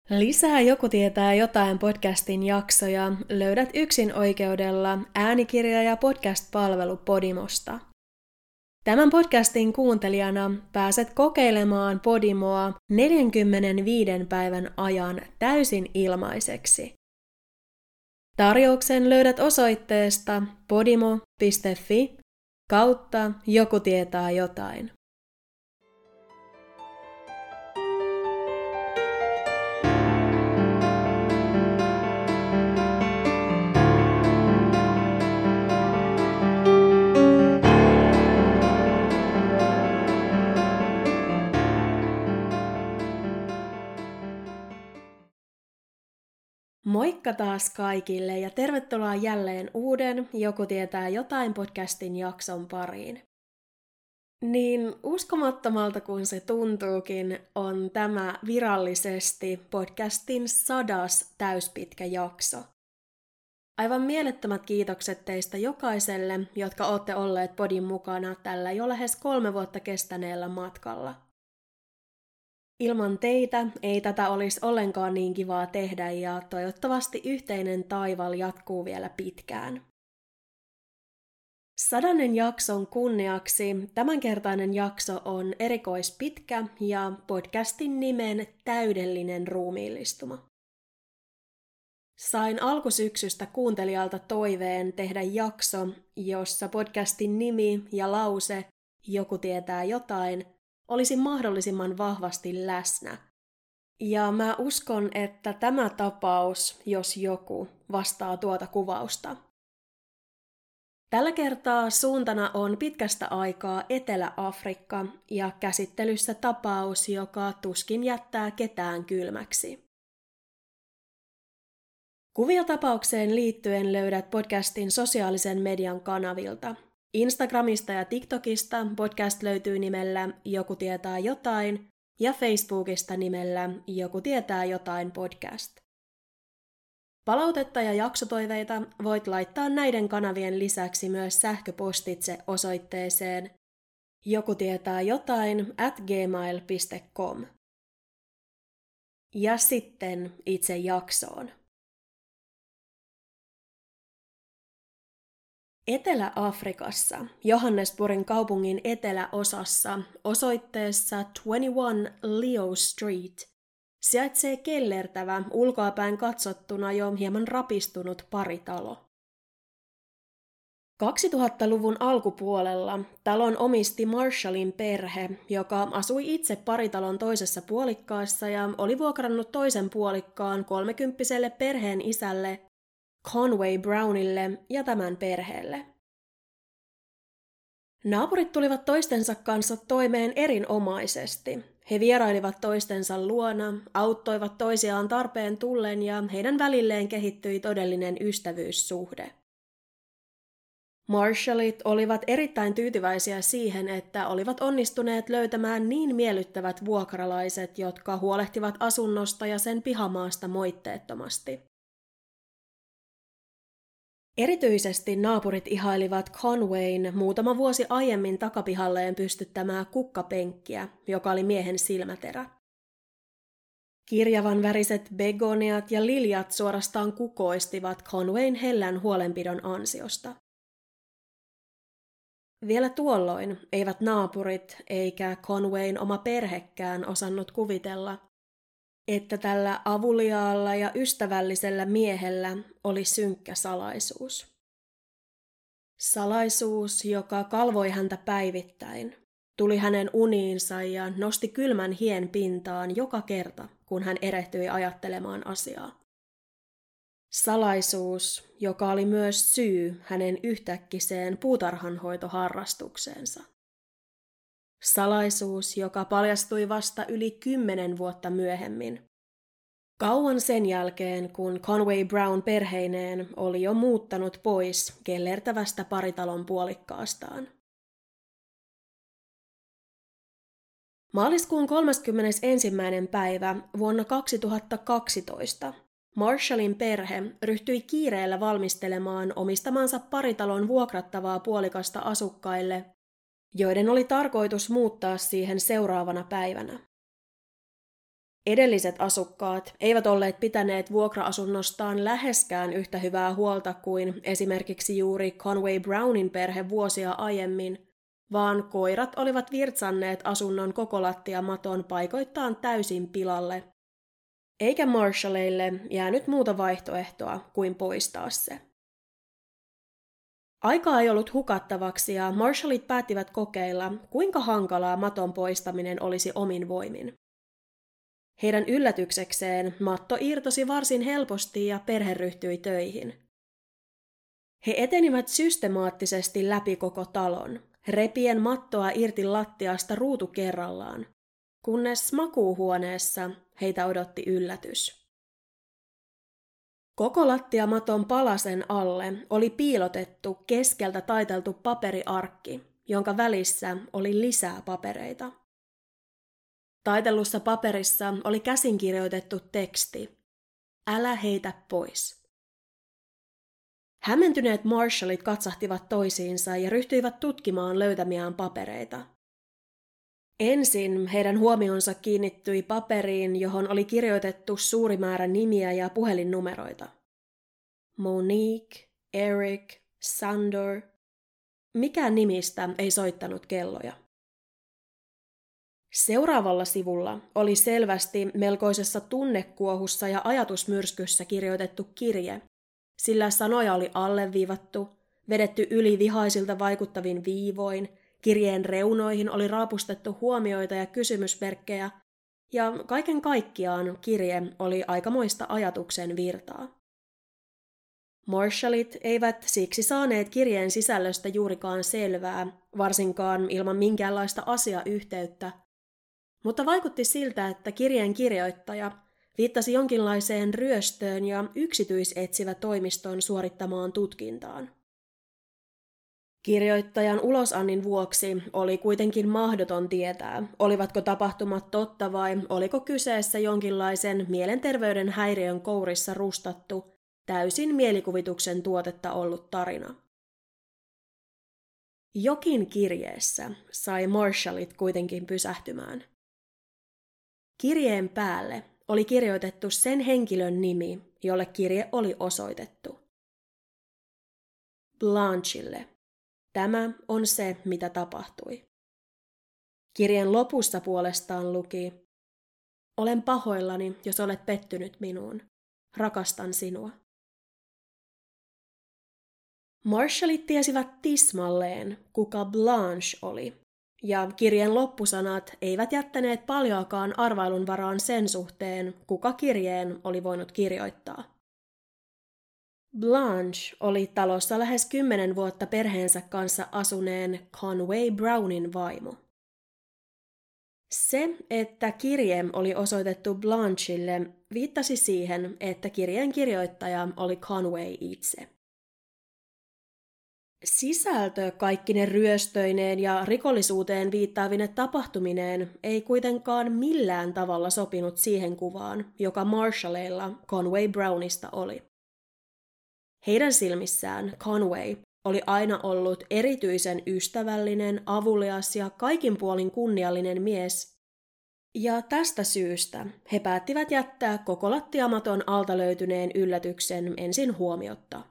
Lisää Joku tietää jotain podcastin jaksoja löydät yksin oikeudella äänikirja- ja podcast-palvelu Podimosta. Tämän podcastin kuuntelijana pääset kokeilemaan Podimoa 45 päivän ajan täysin ilmaiseksi. Tarjouksen löydät osoitteesta podimo.fi kautta Joku tietää jotain. Moikka taas kaikille ja tervetuloa jälleen uuden Joku tietää jotain podcastin jakson pariin. Niin uskomattomalta kuin se tuntuukin, on tämä virallisesti podcastin 100. täyspitkä jakso. Aivan mielettömät kiitokset teistä jokaiselle, jotka olette olleet podin mukana tällä jo lähes 3 vuotta kestäneellä matkalla. Ilman teitä ei tätä olisi ollenkaan niin kivaa tehdä ja toivottavasti yhteinen taival jatkuu vielä pitkään. 100. jakson kunniaksi tämänkertainen jakso on erikoispitkä ja podcastin nimen täydellinen ruumiillistuma. Sain alkusyksystä kuuntelijalta toiveen tehdä jakso, jossa podcastin nimi ja lause Joku tietää jotain olisi mahdollisimman vahvasti läsnä. Ja mä uskon, että tämä tapaus, jos joku, vastaa tuota kuvausta. Tällä kertaa suuntana on pitkästä aikaa Etelä-Afrikka ja käsittelyssä tapaus, joka tuskin jättää ketään kylmäksi. Kuvia tapaukseen liittyen löydät podcastin sosiaalisen median kanavilta. Instagramista ja TikTokista podcast löytyy nimellä Joku tietää jotain ja Facebookista nimellä Joku tietää jotain podcast. Palautetta ja jaksotoiveita voit laittaa näiden kanavien lisäksi myös sähköpostitse osoitteeseen jokutietäjotain@gmail.com. Ja sitten itse jaksoon. Etelä-Afrikassa, Johannesburgin kaupungin eteläosassa, osoitteessa 21 Leo Street, sijaitsee kellertävä, ulkoapäin katsottuna jo hieman rapistunut paritalo. 2000-luvun alkupuolella talon omisti Marshallin perhe, joka asui itse paritalon toisessa puolikkaassa ja oli vuokrannut toisen puolikkaan 30-vuotiaalle perheen isälle Conway Brownille ja tämän perheelle. Naapurit tulivat toistensa kanssa toimeen erinomaisesti. He vierailivat toistensa luona, auttoivat toisiaan tarpeen tullen ja heidän välilleen kehittyi todellinen ystävyyssuhde. Marshallit olivat erittäin tyytyväisiä siihen, että olivat onnistuneet löytämään niin miellyttävät vuokralaiset, jotka huolehtivat asunnosta ja sen pihamaasta moitteettomasti. Erityisesti naapurit ihailivat Conwayn muutama vuosi aiemmin takapihalleen pystyttämää kukkapenkkiä, joka oli miehen silmäterä. Kirjavan väriset begoniat ja liljat suorastaan kukoistivat Conwayn hellän huolenpidon ansiosta. Vielä tuolloin eivät naapurit eikä Conwayn oma perhekään osannut kuvitella, että tällä avuliaalla ja ystävällisellä miehellä oli synkkä salaisuus. Salaisuus, joka kalvoi häntä päivittäin, tuli hänen uniinsa ja nosti kylmän hien pintaan joka kerta, kun hän erehtyi ajattelemaan asiaa. Salaisuus, joka oli myös syy hänen yhtäkkiseen puutarhanhoitoharrastukseensa. Salaisuus, joka paljastui vasta yli 10 vuotta myöhemmin. Kauan sen jälkeen, kun Conway Brown perheineen oli jo muuttanut pois kellertävästä paritalon puolikkaastaan. Maaliskuun 31. päivä vuonna 2012 Marshallin perhe ryhtyi kiireellä valmistelemaan omistamansa paritalon vuokrattavaa puolikasta asukkaille, joiden oli tarkoitus muuttaa siihen seuraavana päivänä. Edelliset asukkaat eivät olleet pitäneet vuokra-asunnostaan läheskään yhtä hyvää huolta kuin esimerkiksi juuri Conway Brownin perhe vuosia aiemmin, vaan koirat olivat virtsanneet asunnon koko lattiamaton paikoittaan täysin pilalle, eikä Marshallille jäänyt muuta vaihtoehtoa kuin poistaa se. Aikaa ei ollut hukattavaksi ja Marshallit päättivät kokeilla, kuinka hankalaa maton poistaminen olisi omin voimin. Heidän yllätyksekseen matto irtosi varsin helposti ja perhe ryhtyi töihin. He etenivät systemaattisesti läpi koko talon, repien mattoa irti lattiasta ruutu kerrallaan, kunnes makuuhuoneessa heitä odotti yllätys. Koko lattiamaton palasen alle oli piilotettu keskeltä taiteltu paperiarkki, jonka välissä oli lisää papereita. Taitellussa paperissa oli käsinkirjoitettu teksti: "Älä heitä pois." Hämmentyneet Marshallit katsahtivat toisiinsa ja ryhtyivät tutkimaan löytämiään papereita. Ensin heidän huomionsa kiinnittyi paperiin, johon oli kirjoitettu suuri määrä nimiä ja puhelinnumeroita. Monique, Eric, Sandor. Mikään nimistä ei soittanut kelloja. Seuraavalla sivulla oli selvästi melkoisessa tunnekuohussa ja ajatusmyrskyssä kirjoitettu kirje, sillä sanoja oli alleviivattu, vedetty yli vihaisilta vaikuttavin viivoin, kirjeen reunoihin oli raapustettu huomioita ja kysymysmerkkejä, ja kaiken kaikkiaan kirje oli aikamoista ajatuksen virtaa. Marshallit eivät siksi saaneet kirjeen sisällöstä juurikaan selvää, varsinkaan ilman minkäänlaista asiayhteyttä, mutta vaikutti siltä, että kirjeen kirjoittaja viittasi jonkinlaiseen ryöstöön ja yksityisetsivä toimiston suorittamaan tutkintaan. Kirjoittajan ulosannin vuoksi oli kuitenkin mahdoton tietää, olivatko tapahtumat totta vai oliko kyseessä jonkinlaisen mielenterveyden häiriön kourissa rustattu, täysin mielikuvituksen tuotetta ollut tarina. Jokin kirjeessä sai Marshallit kuitenkin pysähtymään. Kirjeen päälle oli kirjoitettu sen henkilön nimi, jolle kirje oli osoitettu. Blanchille. Tämä on se, mitä tapahtui. Kirjeen lopussa puolestaan luki: "Olen pahoillani, jos olet pettynyt minuun. Rakastan sinua." Marshallit tiesivät tismalleen, kuka Blanche oli, ja kirjeen loppusanat eivät jättäneet paljoakaan arvailun varaan sen suhteen, kuka kirjeen oli voinut kirjoittaa. Blanche oli talossa lähes 10 vuotta perheensä kanssa asuneen Conway Brownin vaimo. Se, että kirje oli osoitettu Blanchille, viittasi siihen, että kirjeen kirjoittaja oli Conway itse. Sisältö kaikkine ryöstöineen ja rikollisuuteen viittaavine tapahtumineen ei kuitenkaan millään tavalla sopinut siihen kuvaan, joka Marshalleilla Conway Brownista oli. Heidän silmissään Conway oli aina ollut erityisen ystävällinen, avulias ja kaikin puolin kunniallinen mies, ja tästä syystä he päättivät jättää koko lattiamaton alta löytyneen yllätyksen ensin huomiotta.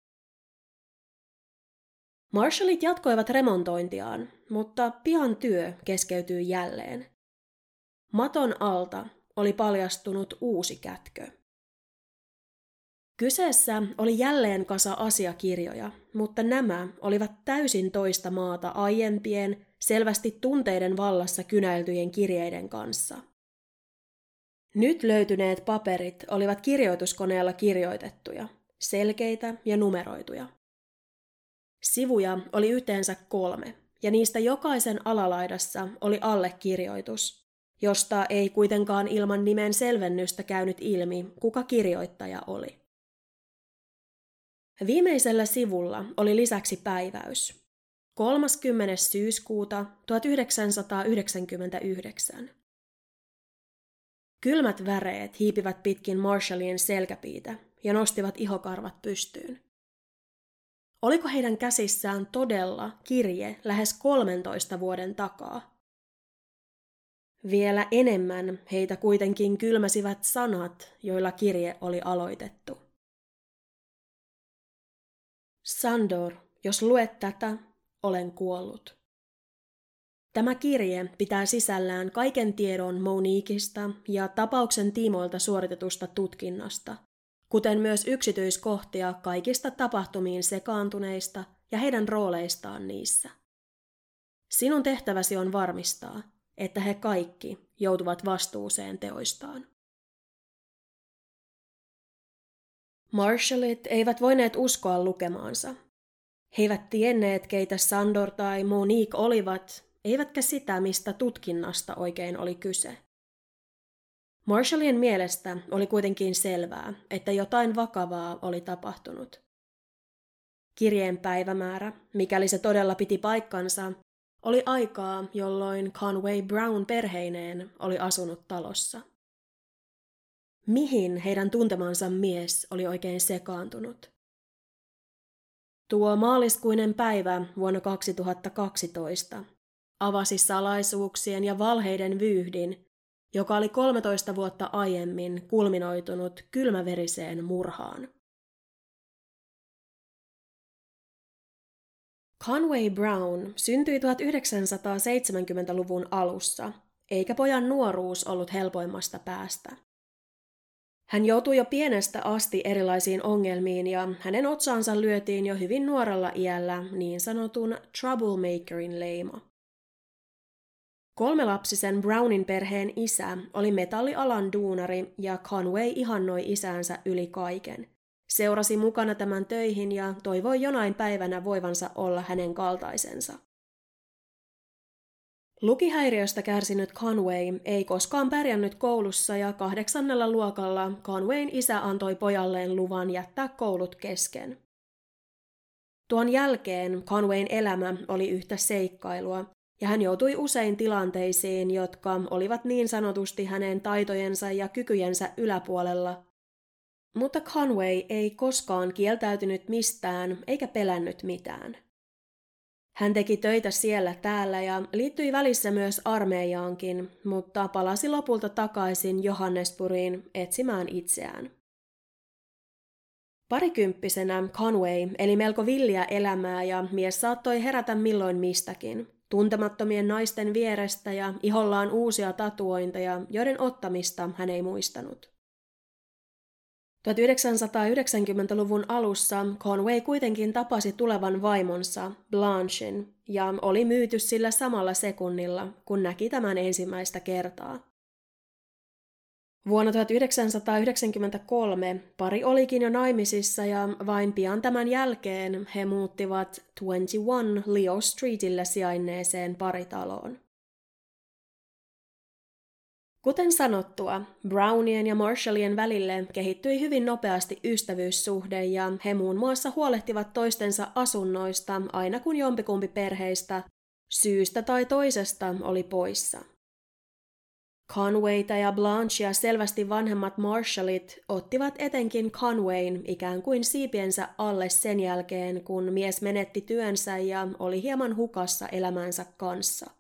Marshallit jatkoivat remontointiaan, mutta pian työ keskeytyi jälleen. Maton alta oli paljastunut uusi kätkö. Kyseessä oli jälleen kasa asiakirjoja, mutta nämä olivat täysin toista maata aiempien, selvästi tunteiden vallassa kynäiltyjen kirjeiden kanssa. Nyt löytyneet paperit olivat kirjoituskoneella kirjoitettuja, selkeitä ja numeroituja. Sivuja oli yhteensä 3, ja niistä jokaisen alalaidassa oli allekirjoitus, josta ei kuitenkaan ilman nimen selvennystä käynyt ilmi, kuka kirjoittaja oli. Viimeisellä sivulla oli lisäksi päiväys. 30. syyskuuta 1999. Kylmät väreet hiipivät pitkin Marshallien selkäpiitä ja nostivat ihokarvat pystyyn. Oliko heidän käsissään todella kirje lähes 13 vuoden takaa? Vielä enemmän heitä kuitenkin kylmäsivät sanat, joilla kirje oli aloitettu. Sandor, jos luet tätä, olen kuollut. Tämä kirje pitää sisällään kaiken tiedon Moniquesta ja tapauksen tiimoilta suoritetusta tutkinnasta, kuten myös yksityiskohtia kaikista tapahtumiin sekaantuneista ja heidän rooleistaan niissä. Sinun tehtäväsi on varmistaa, että he kaikki joutuvat vastuuseen teoistaan. Marshallit eivät voineet uskoa lukemaansa. He eivät tienneet, keitä Sandor tai Monique olivat, eivätkä sitä, mistä tutkinnasta oikein oli kyse. Marshallien mielestä oli kuitenkin selvää, että jotain vakavaa oli tapahtunut. Kirjeen päivämäärä, mikäli se todella piti paikkansa, oli aikaa, jolloin Conway Brown perheineen oli asunut talossa. Mihin heidän tuntemansa mies oli oikein sekaantunut? Tuo maaliskuinen päivä vuonna 2012 avasi salaisuuksien ja valheiden vyyhdin, joka oli 13 vuotta aiemmin kulminoitunut kylmäveriseen murhaan. Conway Brown syntyi 1970-luvun alussa, eikä pojan nuoruus ollut helpoimmasta päästä. Hän joutui jo pienestä asti erilaisiin ongelmiin ja hänen otsaansa lyötiin jo hyvin nuorella iällä niin sanotun troublemakerin leima. Kolmelapsisen Brownin perheen isä oli metallialan duunari ja Conway ihannoi isäänsä yli kaiken. Seurasi mukana tämän töihin ja toivoi jonain päivänä voivansa olla hänen kaltaisensa. Lukihäiriöstä kärsinyt Conway ei koskaan pärjännyt koulussa ja 8. luokalla Conwayn isä antoi pojalleen luvan jättää koulut kesken. Tuon jälkeen Conwayn elämä oli yhtä seikkailua ja hän joutui usein tilanteisiin, jotka olivat niin sanotusti hänen taitojensa ja kykyjensä yläpuolella. Mutta Conway ei koskaan kieltäytynyt mistään eikä pelännyt mitään. Hän teki töitä siellä täällä ja liittyi välissä myös armeijaankin, mutta palasi lopulta takaisin Johannesburgiin etsimään itseään. Parikymppisenä Conway eli melko villiä elämää ja mies saattoi herätä milloin mistäkin, tuntemattomien naisten vierestä ja ihollaan uusia tatuointeja, joiden ottamista hän ei muistanut. 1990-luvun alussa Conway kuitenkin tapasi tulevan vaimonsa, Blanchen, ja oli myyty sillä samalla sekunnilla, kun näki tämän ensimmäistä kertaa. Vuonna 1993 pari olikin jo naimisissa ja vain pian tämän jälkeen he muuttivat 21 Leo Streetille sijainneeseen paritaloon. Kuten sanottua, Brownien ja Marshallien välille kehittyi hyvin nopeasti ystävyyssuhde ja he muun muassa huolehtivat toistensa asunnoista aina kun jompikumpi perheistä syystä tai toisesta oli poissa. Conwayta ja Blanchea selvästi vanhemmat Marshallit ottivat etenkin Conwayn ikään kuin siipiensä alle sen jälkeen, kun mies menetti työnsä ja oli hieman hukassa elämänsä kanssa.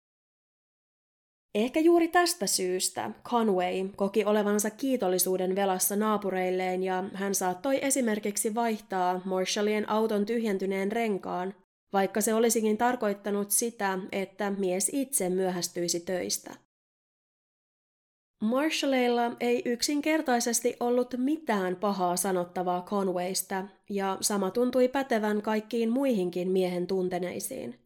Ehkä juuri tästä syystä Conway koki olevansa kiitollisuuden velassa naapureilleen ja hän saattoi esimerkiksi vaihtaa Marshallien auton tyhjentyneen renkaan, vaikka se olisikin tarkoittanut sitä, että mies itse myöhästyisi töistä. Marshalleilla ei yksinkertaisesti ollut mitään pahaa sanottavaa Conwaysta ja sama tuntui pätevän kaikkiin muihinkin miehen tunteneisiin.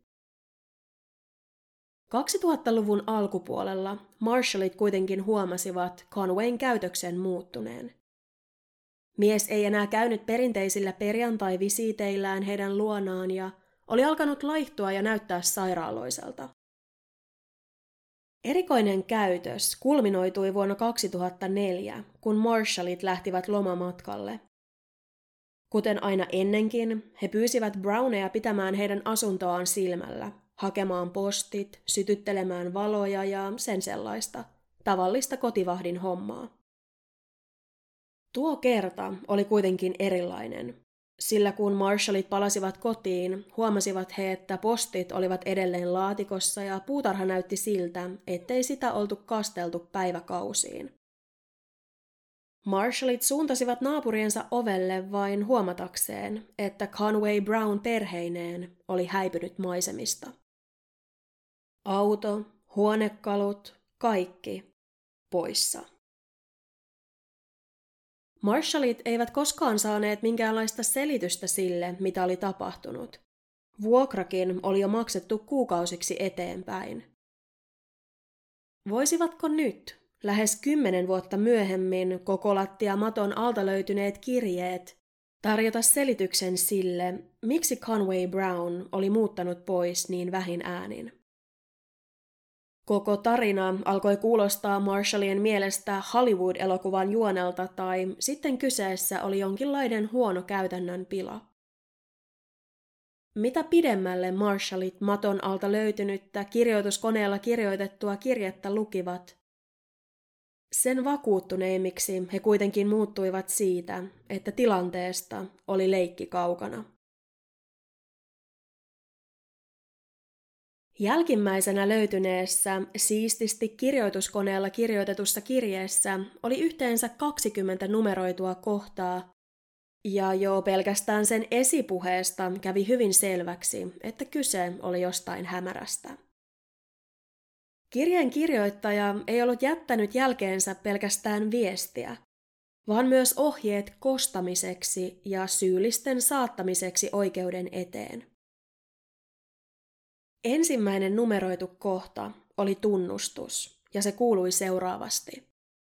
2000-luvun alkupuolella Marshallit kuitenkin huomasivat Conwayn käytöksen muuttuneen. Mies ei enää käynyt perinteisillä perjantai-visiiteillään heidän luonaan ja oli alkanut laihtua ja näyttää sairaaloiselta. Erikoinen käytös kulminoitui vuonna 2004, kun Marshallit lähtivät lomamatkalle. Kuten aina ennenkin, he pyysivät Browneja pitämään heidän asuntoaan silmällä, hakemaan postit, sytyttelemään valoja ja sen sellaista, tavallista kotivahdin hommaa. Tuo kerta oli kuitenkin erilainen. sillä kun Marshallit palasivat kotiin, huomasivat he, että postit olivat edelleen laatikossa ja puutarha näytti siltä, ettei sitä oltu kasteltu päiväkausiin. Marshallit suuntasivat naapuriensa ovelle vain huomatakseen, että Conway Brown perheineen oli häipynyt maisemista. Auto, huonekalut, kaikki poissa. Marshallit eivät koskaan saaneet minkäänlaista selitystä sille, mitä oli tapahtunut. Vuokrakin oli jo maksettu kuukausiksi eteenpäin. Voisivatko nyt, lähes 10 vuotta myöhemmin, koko lattia maton alta löytyneet kirjeet tarjota selityksen sille, miksi Conway Brown oli muuttanut pois niin vähin äänin? Koko tarina alkoi kuulostaa Marshallien mielestä Hollywood-elokuvan juonelta tai sitten kyseessä oli jonkinlainen huono käytännön pila. Mitä pidemmälle Marshallit maton alta löytynyttä kirjoituskoneella kirjoitettua kirjettä lukivat, sen vakuuttuneimmiksi he kuitenkin muuttuivat siitä, että tilanteesta oli leikki kaukana. Jälkimmäisenä löytyneessä, siististi kirjoituskoneella kirjoitetussa kirjeessä oli yhteensä 20 numeroitua kohtaa, ja jo pelkästään sen esipuheesta kävi hyvin selväksi, että kyse oli jostain hämärästä. Kirjeen kirjoittaja ei ollut jättänyt jälkeensä pelkästään viestiä, vaan myös ohjeet kostamiseksi ja syyllisten saattamiseksi oikeuden eteen. Ensimmäinen numeroitu kohta oli tunnustus, ja se kuului seuraavasti.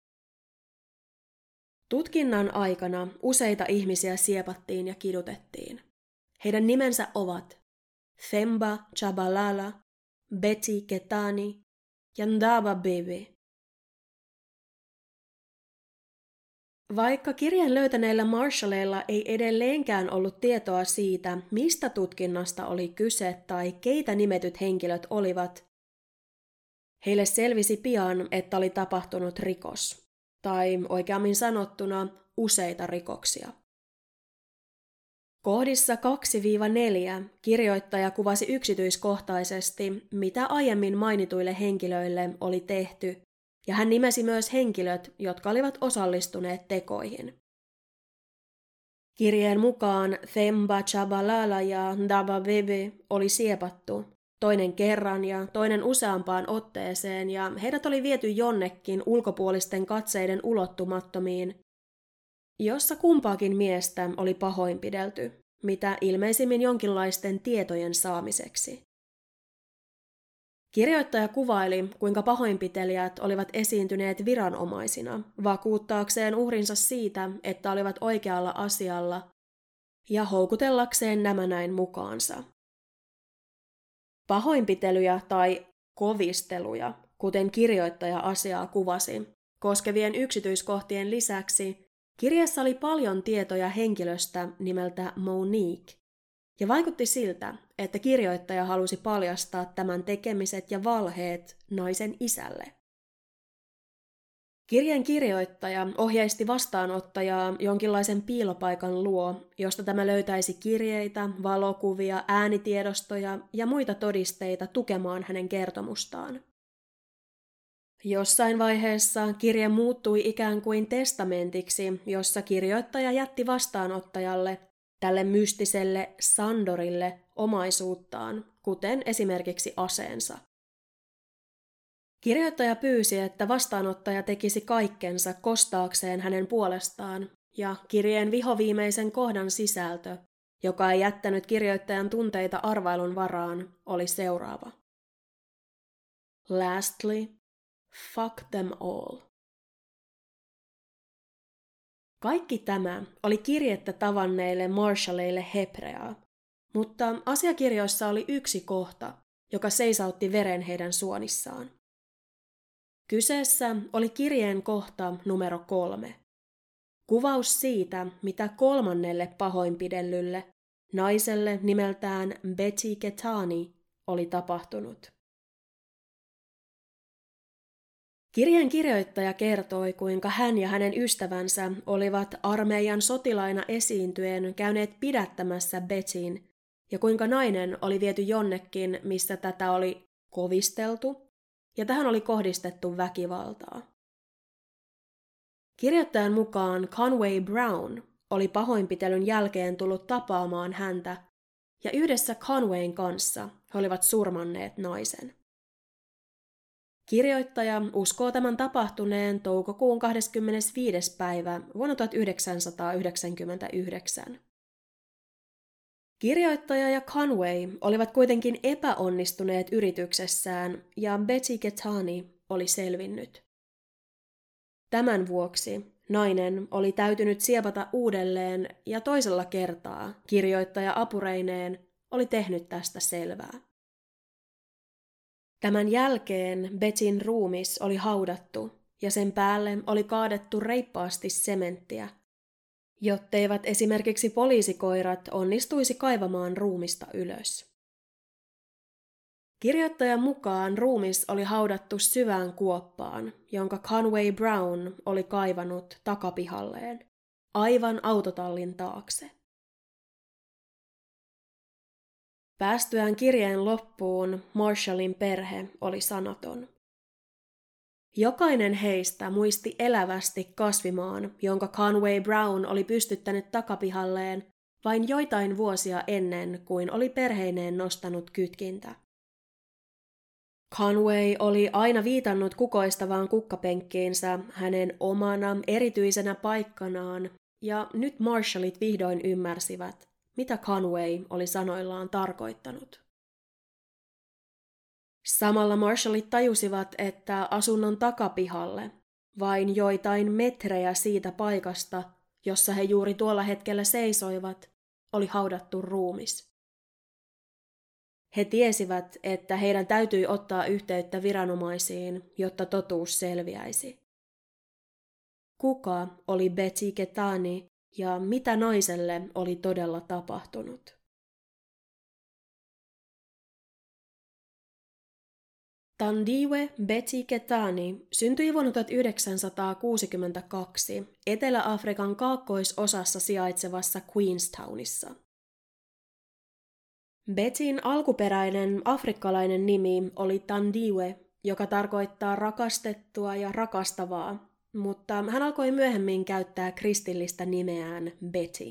Tutkinnan aikana useita ihmisiä siepattiin ja kidutettiin. Heidän nimensä ovat Themba Chabalala, Betty Ketani ja Ndaba Bebe. Vaikka kirjeen löytäneillä Marshalleilla ei edelleenkään ollut tietoa siitä, mistä tutkinnasta oli kyse tai keitä nimetyt henkilöt olivat, heille selvisi pian, että oli tapahtunut rikos, tai oikeammin sanottuna useita rikoksia. Kohdissa 2-4 kirjoittaja kuvasi yksityiskohtaisesti, mitä aiemmin mainituille henkilöille oli tehty, ja hän nimesi myös henkilöt, jotka olivat osallistuneet tekoihin. Kirjeen mukaan Themba Chabalala ja Ndaba Bebe oli siepattu, toinen kerran ja toinen useampaan otteeseen, ja heidät oli viety jonnekin ulkopuolisten katseiden ulottumattomiin, jossa kumpaakin miestä oli pahoinpidelty, mitä ilmeisimmin jonkinlaisten tietojen saamiseksi. Kirjoittaja kuvaili, kuinka pahoinpitelijät olivat esiintyneet viranomaisina, vakuuttaakseen uhrinsa siitä, että olivat oikealla asialla, ja houkutellakseen nämä näin mukaansa. Pahoinpitelyjä tai kovisteluja, kuten kirjoittaja asiaa kuvasi, koskevien yksityiskohtien lisäksi kirjassa oli paljon tietoja henkilöstä nimeltä Monique, ja vaikutti siltä, että kirjoittaja halusi paljastaa tämän tekemiset ja valheet naisen isälle. Kirjeen kirjoittaja ohjeisti vastaanottajaa jonkinlaisen piilopaikan luo, josta tämä löytäisi kirjeitä, valokuvia, äänitiedostoja ja muita todisteita tukemaan hänen kertomustaan. Jossain vaiheessa kirje muuttui ikään kuin testamentiksi, jossa kirjoittaja jätti vastaanottajalle, tälle mystiselle Sandorille, omaisuuttaan, kuten esimerkiksi aseensa. Kirjoittaja pyysi, että vastaanottaja tekisi kaikkensa kostaakseen hänen puolestaan, ja kirjeen vihoviimeisen kohdan sisältö, joka ei jättänyt kirjoittajan tunteita arvailun varaan, oli seuraava. Lastly, fuck them all. Kaikki tämä oli kirjettä tavanneille Marshalleille hebreaa, mutta asiakirjoissa oli yksi kohta, joka seisautti veren heidän suonissaan. Kyseessä oli kirjeen kohta numero 3. Kuvaus siitä, mitä kolmannelle pahoinpidellylle, naiselle nimeltään Betty Ketani, oli tapahtunut. Kirjeen kirjoittaja kertoi, kuinka hän ja hänen ystävänsä olivat armeijan sotilaina esiintyen käyneet pidättämässä Betsin, ja kuinka nainen oli viety jonnekin, missä tätä oli kovisteltu, ja tähän oli kohdistettu väkivaltaa. Kirjoittajan mukaan Conway Brown oli pahoinpitelyn jälkeen tullut tapaamaan häntä, ja yhdessä Conwayn kanssa he olivat surmanneet naisen. Kirjoittaja uskoo tämän tapahtuneen toukokuun 25. päivä vuonna 1999. Kirjoittaja ja Conway olivat kuitenkin epäonnistuneet yrityksessään ja Betty Kettani oli selvinnyt. Tämän vuoksi nainen oli täytynyt siepata uudelleen ja toisella kertaa kirjoittaja apureineen oli tehnyt tästä selvää. Tämän jälkeen Bettyn ruumis oli haudattu ja sen päälle oli kaadettu reippaasti sementtiä, jotteivät esimerkiksi poliisikoirat onnistuisi kaivamaan ruumista ylös. Kirjoittajan mukaan ruumis oli haudattu syvään kuoppaan, jonka Conway Brown oli kaivannut takapihalleen, aivan autotallin taakse. Päästyään kirjeen loppuun, Marshallin perhe oli sanaton. Jokainen heistä muisti elävästi kasvimaan, jonka Conway Brown oli pystyttänyt takapihalleen vain joitain vuosia ennen kuin oli perheineen nostanut kytkintä. Conway oli aina viitannut kukoistavaan kukkapenkkiinsä hänen omana erityisenä paikkanaan, ja nyt Marshallit vihdoin ymmärsivät, mitä Conway oli sanoillaan tarkoittanut. Samalla Marshallit tajusivat, että asunnon takapihalle, vain joitain metrejä siitä paikasta, jossa he juuri tuolla hetkellä seisoivat, oli haudattu ruumis. He tiesivät, että heidän täytyi ottaa yhteyttä viranomaisiin, jotta totuus selviäisi. Kuka oli Betty Kettani ja mitä naiselle oli todella tapahtunut? Thandiwe Betty Kettani syntyi vuonna 1962 Etelä-Afrikan kaakkoisosassa sijaitsevassa Queenstownissa. Bettyn alkuperäinen afrikkalainen nimi oli Thandiwe, joka tarkoittaa rakastettua ja rakastavaa, mutta hän alkoi myöhemmin käyttää kristillistä nimeään Betty.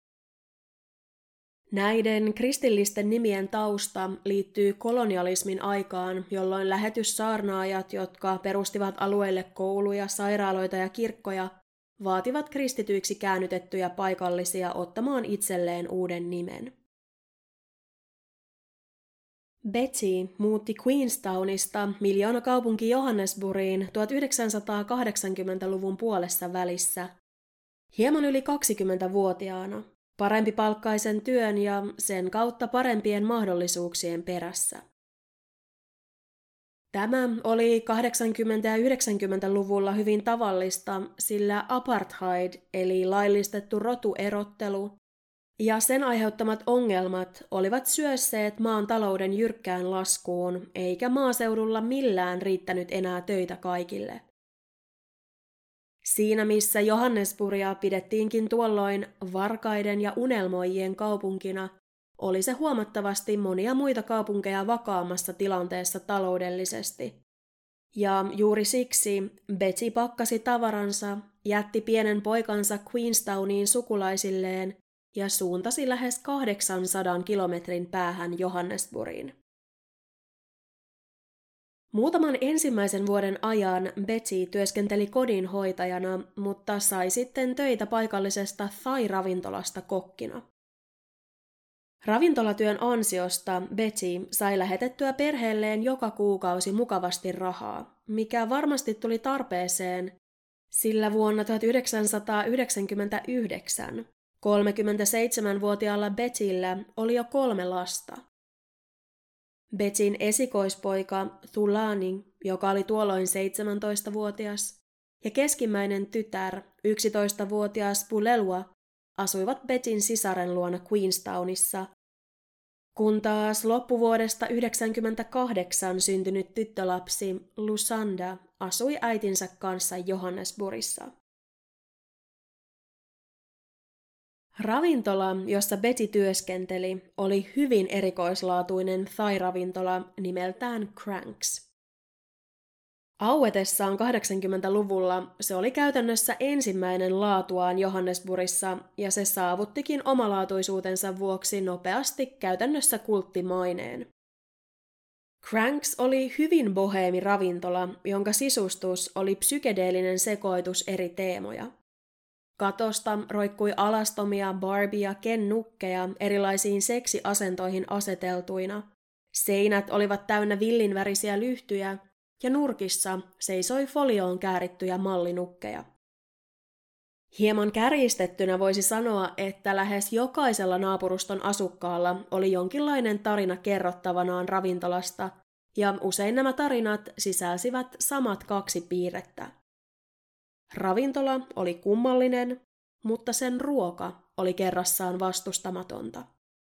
Näiden kristillisten nimien tausta liittyy kolonialismin aikaan, jolloin lähetyssaarnaajat, jotka perustivat alueelle kouluja, sairaaloita ja kirkkoja, vaativat kristityiksi käännytettyjä paikallisia ottamaan itselleen uuden nimen. Betty muutti Queenstownista miljoonakaupunki Johannesburgiin 1980-luvun puolessa välissä, hieman yli 20-vuotiaana, parempipalkkaisen työn ja sen kautta parempien mahdollisuuksien perässä. Tämä oli 80- ja 90-luvulla hyvin tavallista, sillä apartheid eli laillistettu rotuerottelu ja sen aiheuttamat ongelmat olivat syösseet maan talouden jyrkkään laskuun, eikä maaseudulla millään riittänyt enää töitä kaikille. Siinä missä Johannesburgia pidettiinkin tuolloin varkaiden ja unelmoijien kaupunkina, oli se huomattavasti monia muita kaupunkeja vakaammassa tilanteessa taloudellisesti. Ja juuri siksi Betty pakkasi tavaransa, jätti pienen poikansa Queenstowniin sukulaisilleen ja suuntasi lähes 800 kilometrin päähän Johannesburgiin. Muutaman ensimmäisen vuoden ajan Betty työskenteli kodinhoitajana, mutta sai sitten töitä paikallisesta thai-ravintolasta kokkina. Ravintolatyön ansiosta Betty sai lähetettyä perheelleen joka kuukausi mukavasti rahaa, mikä varmasti tuli tarpeeseen, sillä vuonna 1999 37-vuotiaalla Bettyllä oli jo 3 lasta. Bettyn esikoispoika Thulani, joka oli tuolloin 17-vuotias, ja keskimmäinen tytär, 11-vuotias Pulelua, asuivat Bettyn sisaren luona Queenstownissa, Kun taas loppuvuodesta 1998 syntynyt tyttölapsi Lusanda asui äitinsä kanssa Johannesburgissa. Ravintola, jossa Betty työskenteli, oli hyvin erikoislaatuinen thai-ravintola nimeltään Cranks. Auetessaan 80-luvulla se oli käytännössä ensimmäinen laatuaan Johannesburgissa ja se saavuttikin omalaatuisuutensa vuoksi nopeasti käytännössä kulttimaineen. Cranks oli hyvin boheemi ravintola, jonka sisustus oli psykedeellinen sekoitus eri teemoja. Katosta roikkui alastomia Barbie- ja Ken-nukkeja erilaisiin seksiasentoihin aseteltuina. Seinät olivat täynnä villinvärisiä lyhtyjä ja nurkissa seisoi folioon käärittyjä mallinukkeja. Hieman kärjistettynä voisi sanoa, että lähes jokaisella naapuruston asukkaalla oli jonkinlainen tarina kerrottavanaan ravintolasta, ja usein nämä tarinat sisälsivät samat kaksi piirrettä. Ravintola oli kummallinen, mutta sen ruoka oli kerrassaan vastustamatonta.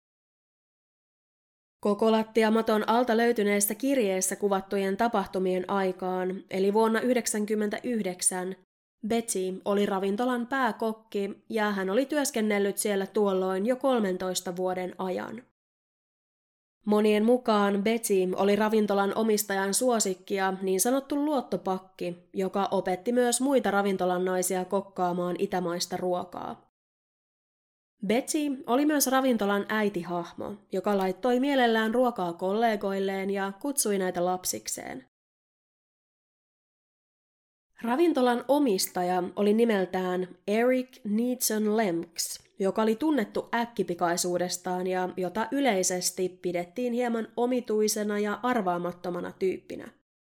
Koko lattiamaton alta löytyneessä kirjeessä kuvattujen tapahtumien aikaan, eli vuonna 1999, Betty oli ravintolan pääkokki ja hän oli työskennellyt siellä tuolloin jo 13 vuoden ajan. Monien mukaan Betty oli ravintolan omistajan suosikki ja niin sanottu luottopakki, joka opetti myös muita ravintolan naisia kokkaamaan itämaista ruokaa. Betty oli myös ravintolan äitihahmo, joka laittoi mielellään ruokaa kollegoilleen ja kutsui näitä lapsikseen. Ravintolan omistaja oli nimeltään Eric Needson Lemks, joka oli tunnettu äkkipikaisuudestaan ja jota yleisesti pidettiin hieman omituisena ja arvaamattomana tyyppinä.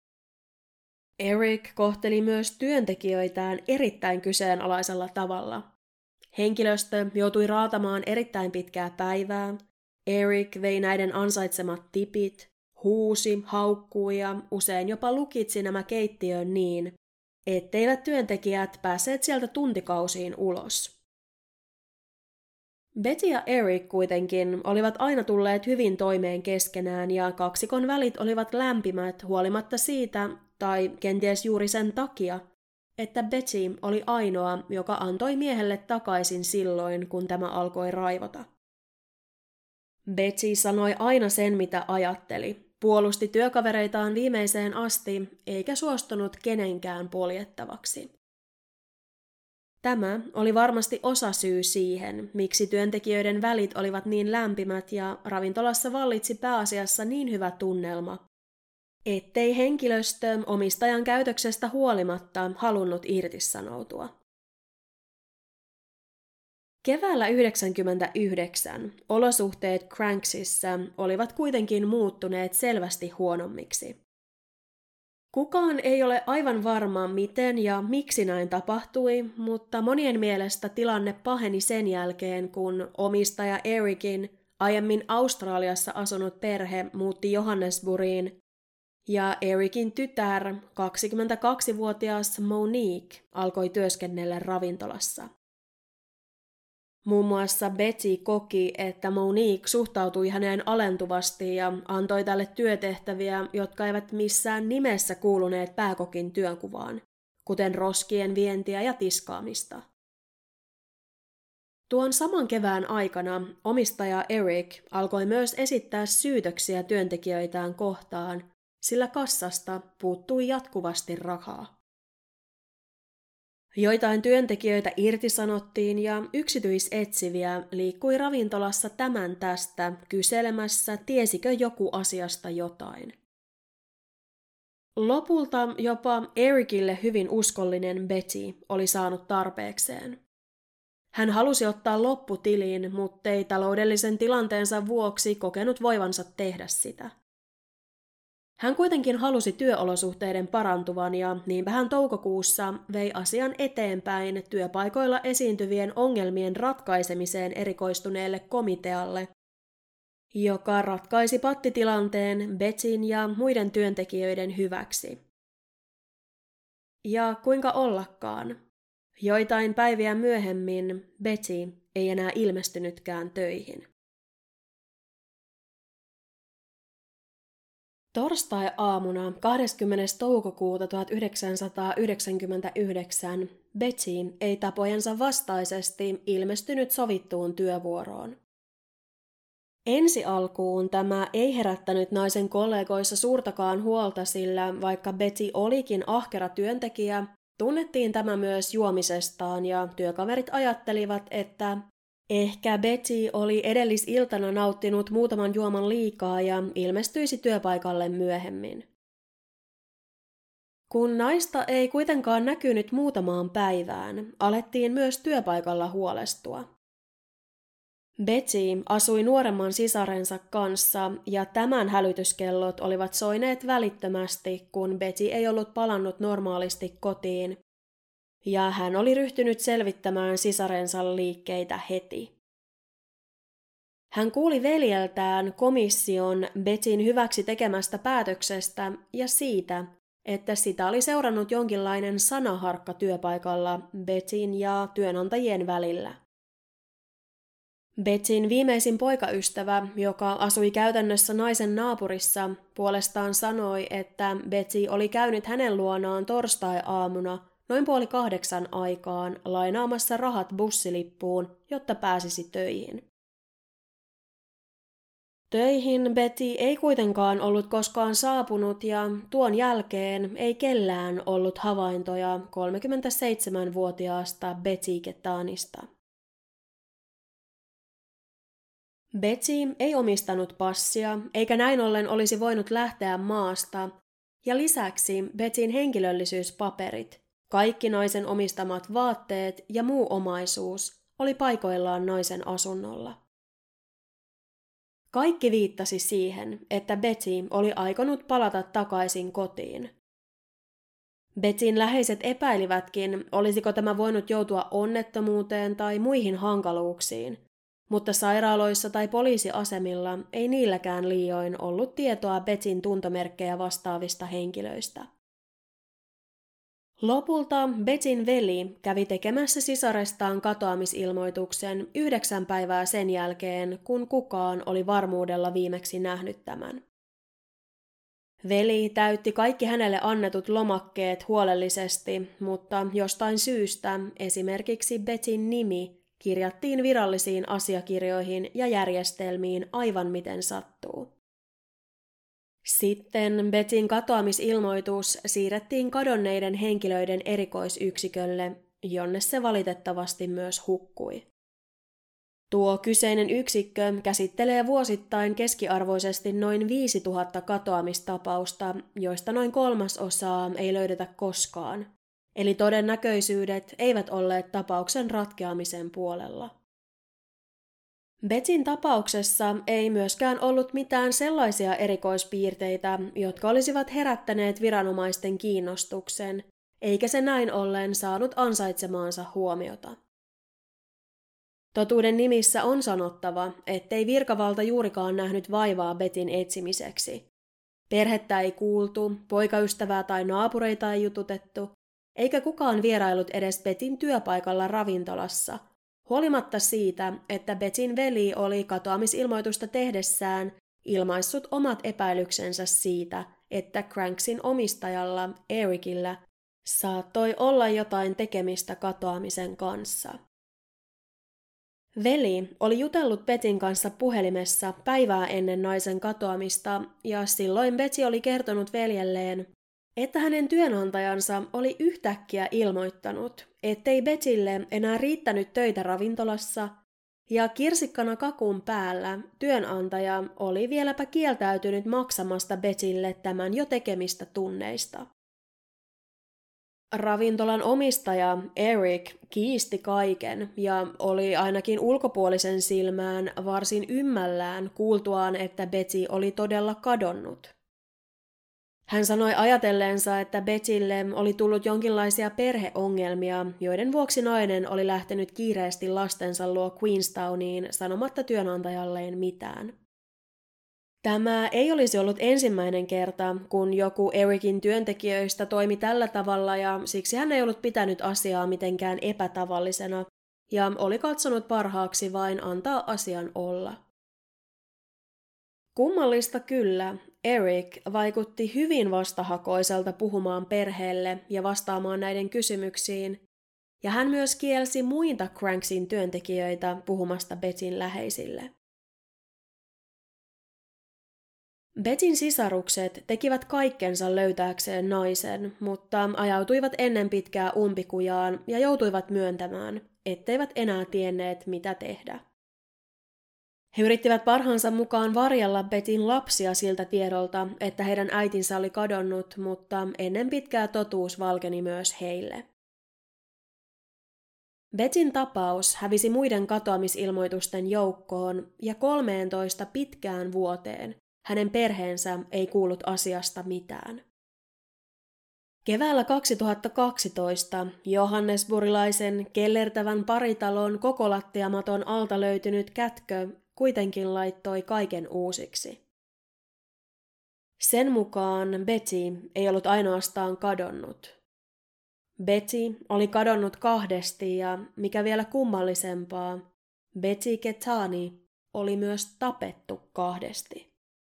Eric kohteli myös työntekijöitään erittäin kyseenalaisella tavalla. Henkilöstö joutui raatamaan erittäin pitkää päivää, Eric vei näiden ansaitsemat tipit, huusi, haukkui ja usein jopa lukitsi nämä keittiöön niin, etteivät työntekijät päässeet sieltä tuntikausiin ulos. Betty ja Eric kuitenkin olivat aina tulleet hyvin toimeen keskenään ja kaksikon välit olivat lämpimät huolimatta siitä, tai kenties juuri sen takia, että Betty oli ainoa, joka antoi miehelle takaisin silloin, kun tämä alkoi raivota. Betty sanoi aina sen, mitä ajatteli, puolusti työkavereitaan viimeiseen asti, eikä suostunut kenenkään poljettavaksi. Tämä oli varmasti osasyy siihen, miksi työntekijöiden välit olivat niin lämpimät ja ravintolassa vallitsi pääasiassa niin hyvä tunnelma, ettei henkilöstö omistajan käytöksestä huolimatta halunnut irtisanoutua. Keväällä 1999 olosuhteet Cranksissa olivat kuitenkin muuttuneet selvästi huonommiksi. Kukaan ei ole aivan varma, miten ja miksi näin tapahtui, mutta monien mielestä tilanne paheni sen jälkeen, kun omistaja Ericin aiemmin Australiassa asunut perhe muutti Johannesburgiin ja Ericin tytär, 22-vuotias Monique, alkoi työskennellä ravintolassa. Muun muassa Betty koki, että Monique suhtautui häneen alentuvasti ja antoi tälle työtehtäviä, jotka eivät missään nimessä kuuluneet pääkokin työnkuvaan, kuten roskien vientiä ja tiskaamista. Tuon saman kevään aikana omistaja Eric alkoi myös esittää syytöksiä työntekijöitään kohtaan, sillä kassasta puuttui jatkuvasti rahaa. Joitain työntekijöitä irtisanottiin ja yksityisetsiviä liikkui ravintolassa tämän tästä kyselemässä, tiesikö joku asiasta jotain. Lopulta jopa Ericille hyvin uskollinen Betty oli saanut tarpeekseen. Hän halusi ottaa lopputiliin, muttei taloudellisen tilanteensa vuoksi kokenut voivansa tehdä sitä. Hän kuitenkin halusi työolosuhteiden parantuvan ja niinpä hän toukokuussa vei asian eteenpäin työpaikoilla esiintyvien ongelmien ratkaisemiseen erikoistuneelle komitealle, joka ratkaisi pattitilanteen Bettyn ja muiden työntekijöiden hyväksi. Ja kuinka ollakaan, joitain päiviä myöhemmin Betty ei enää ilmestynytkään töihin. Torstai-aamuna 20. toukokuuta 1999 Betty ei tapojensa vastaisesti ilmestynyt sovittuun työvuoroon. Ensi alkuun tämä ei herättänyt naisen kollegoissa suurtakaan huolta, sillä vaikka Betty olikin ahkera työntekijä, tunnettiin tämä myös juomisestaan ja työkaverit ajattelivat, että ehkä Betty oli edellisiltana nauttinut muutaman juoman liikaa ja ilmestyisi työpaikalle myöhemmin. Kun naista ei kuitenkaan näkynyt muutamaan päivään, alettiin myös työpaikalla huolestua. Betty asui nuoremman sisarensa kanssa ja tämän hälytyskellot olivat soineet välittömästi, kun Betty ei ollut palannut normaalisti kotiin, ja hän oli ryhtynyt selvittämään sisarensa liikkeitä heti. Hän kuuli veljeltään komission Bettyn hyväksi tekemästä päätöksestä ja siitä, että sitä oli seurannut jonkinlainen sanaharkka työpaikalla Bettyn ja työnantajien välillä. Bettyn viimeisin poikaystävä, joka asui käytännössä naisen naapurissa, puolestaan sanoi, että Betty oli käynyt hänen luonaan torstai-aamuna noin 7:30 aikaan lainaamassa rahat bussilippuun, jotta pääsisi töihin. Töihin Betty ei kuitenkaan ollut koskaan saapunut ja tuon jälkeen ei kellään ollut havaintoja 37-vuotiaasta Betty Ketanista. Betty ei omistanut passia, eikä näin ollen olisi voinut lähteä maasta, ja lisäksi Bettyn henkilöllisyyspaperit, kaikki naisen omistamat vaatteet ja muu omaisuus oli paikoillaan naisen asunnolla. Kaikki viittasi siihen, että Betty oli aikonut palata takaisin kotiin. Bettyn läheiset epäilivätkin, olisiko tämä voinut joutua onnettomuuteen tai muihin hankaluuksiin, mutta sairaaloissa tai poliisiasemilla ei niilläkään liioin ollut tietoa Bettyn tuntomerkkejä vastaavista henkilöistä. Lopulta Bettyn veli kävi tekemässä sisarestaan katoamisilmoituksen 9 päivää sen jälkeen, kun kukaan oli varmuudella viimeksi nähnyt tämän. Veli täytti kaikki hänelle annetut lomakkeet huolellisesti, mutta jostain syystä esimerkiksi Bettyn nimi kirjattiin virallisiin asiakirjoihin ja järjestelmiin aivan miten sattuu. Sitten Bettyn katoamisilmoitus siirrettiin kadonneiden henkilöiden erikoisyksikölle, jonne se valitettavasti myös hukkui. Tuo kyseinen yksikkö käsittelee vuosittain keskiarvoisesti noin 5000 katoamistapausta, joista noin 1/3 ei löydetä koskaan, eli todennäköisyydet eivät olleet tapauksen ratkeamisen puolella. Bettyn tapauksessa ei myöskään ollut mitään sellaisia erikoispiirteitä, jotka olisivat herättäneet viranomaisten kiinnostuksen, eikä se näin ollen saanut ansaitsemaansa huomiota. Totuuden nimissä on sanottava, ettei virkavalta juurikaan nähnyt vaivaa Bettyn etsimiseksi. Perhettä ei kuultu, poikaystävää tai naapureita ei jututettu, eikä kukaan vierailut edes Bettyn työpaikalla ravintolassa, huolimatta siitä, että Bettyn veli oli katoamisilmoitusta tehdessään ilmaissut omat epäilyksensä siitä, että Cranksin omistajalla, Ericillä, saattoi olla jotain tekemistä katoamisen kanssa. Veli oli jutellut Bettyn kanssa puhelimessa päivää ennen naisen katoamista, ja silloin Betty oli kertonut veljelleen, että hänen työnantajansa oli yhtäkkiä ilmoittanut, ettei Bettylle enää riittänyt töitä ravintolassa, ja kirsikkana kakun päällä työnantaja oli vieläpä kieltäytynyt maksamasta Bettylle tämän jo tekemistä tunneista. Ravintolan omistaja Eric kiisti kaiken ja oli ainakin ulkopuolisen silmään varsin ymmällään kuultuaan, että Betty oli todella kadonnut. Hän sanoi ajatelleensa, että Bettylle oli tullut jonkinlaisia perheongelmia, joiden vuoksi nainen oli lähtenyt kiireesti lastensa luo Queenstowniin sanomatta työnantajalleen mitään. Tämä ei olisi ollut ensimmäinen kerta, kun joku Ericin työntekijöistä toimi tällä tavalla ja siksi hän ei ollut pitänyt asiaa mitenkään epätavallisena ja oli katsonut parhaaksi vain antaa asian olla. Kummallista kyllä, Eric vaikutti hyvin vastahakoiselta puhumaan perheelle ja vastaamaan näiden kysymyksiin, ja hän myös kielsi muita Cranksin työntekijöitä puhumasta Bettyn läheisille. Bettyn sisarukset tekivät kaikkensa löytääkseen naisen, mutta ajautuivat ennen pitkää umpikujaan ja joutuivat myöntämään, etteivät enää tienneet mitä tehdä. He yrittivät parhaansa mukaan varjella Bettyn lapsia siltä tiedolta, että heidän äitinsä oli kadonnut, mutta ennen pitkää totuus valkeni myös heille. Bettyn tapaus hävisi muiden katoamisilmoitusten joukkoon ja 13 pitkään vuoteen hänen perheensä ei kuullut asiasta mitään. Keväällä 2012 johannesburilaisen kellertävän paritalon koko lattiamaton alta löytynyt kätkö kuitenkin laittoi kaiken uusiksi. Sen mukaan Betty ei ollut ainoastaan kadonnut. Betty oli kadonnut kahdesti ja, mikä vielä kummallisempaa, Betty Keitany oli myös tapettu kahdesti.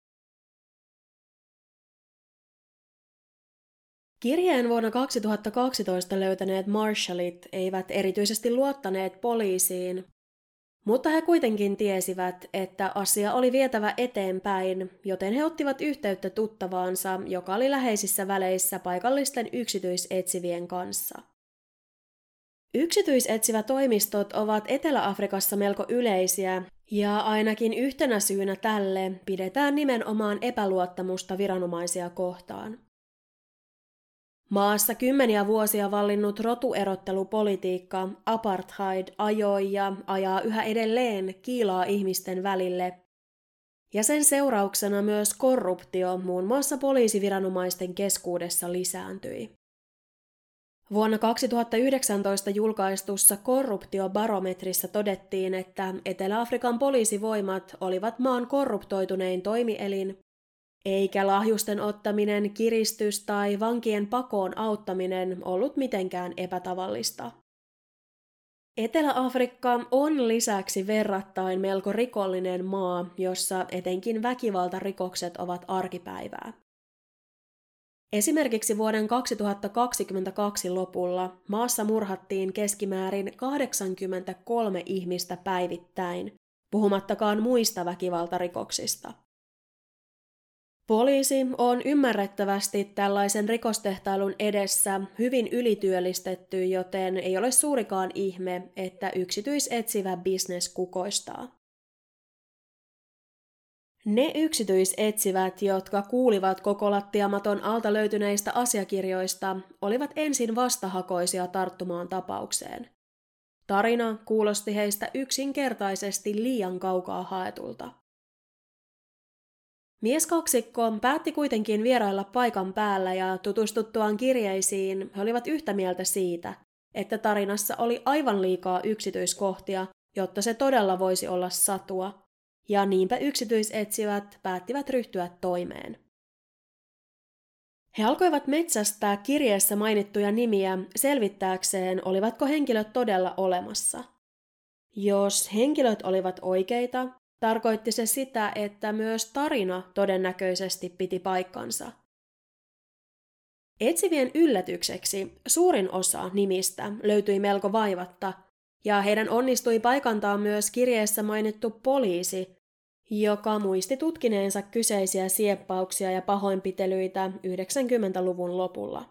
Kirjeen vuonna 2012 löytäneet Marshallit eivät erityisesti luottaneet poliisiin, mutta he kuitenkin tiesivät, että asia oli vietävä eteenpäin, joten he ottivat yhteyttä tuttavaansa, joka oli läheisissä väleissä paikallisten yksityisetsivien kanssa. Yksityisetsivä-toimistot ovat Etelä-Afrikassa melko yleisiä, ja ainakin yhtenä syynä tälle pidetään nimenomaan epäluottamusta viranomaisia kohtaan. Maassa kymmeniä vuosia vallinnut rotuerottelupolitiikka, apartheid, ajoi ja ajaa yhä edelleen kiilaa ihmisten välille, ja sen seurauksena myös korruptio muun muassa poliisiviranomaisten keskuudessa lisääntyi. Vuonna 2019 julkaistussa korruptiobarometrissa todettiin, että Etelä-Afrikan poliisivoimat olivat maan korruptoitunein toimielin, eikä lahjusten ottaminen, kiristys tai vankien pakoon auttaminen ollut mitenkään epätavallista. Etelä-Afrikka on lisäksi verrattain melko rikollinen maa, jossa etenkin väkivaltarikokset ovat arkipäivää. Esimerkiksi vuoden 2022 lopulla maassa murhattiin keskimäärin 83 ihmistä päivittäin, puhumattakaan muista väkivaltarikoksista. Poliisi on ymmärrettävästi tällaisen rikostehtailun edessä hyvin ylityöllistetty, joten ei ole suurikaan ihme, että yksityisetsivä bisnes kukoistaa. Ne yksityisetsivät, jotka kuulivat koko lattiamaton alta löytyneistä asiakirjoista, olivat ensin vastahakoisia tarttumaan tapaukseen. Tarina kuulosti heistä yksinkertaisesti liian kaukaa haetulta. Mieskaksikko päätti kuitenkin vierailla paikan päällä ja tutustuttuaan kirjeisiin he olivat yhtä mieltä siitä, että tarinassa oli aivan liikaa yksityiskohtia, jotta se todella voisi olla satua, ja niinpä yksityisetsivät päättivät ryhtyä toimeen. He alkoivat metsästää kirjeessä mainittuja nimiä selvittääkseen, olivatko henkilöt todella olemassa. Jos henkilöt olivat oikeita, tarkoitti se sitä, että myös tarina todennäköisesti piti paikkansa. Etsivien yllätykseksi suurin osa nimistä löytyi melko vaivatta, ja heidän onnistui paikantaa myös kirjeessä mainittu poliisi, joka muisti tutkineensa kyseisiä sieppauksia ja pahoinpitelyitä 90-luvun lopulla.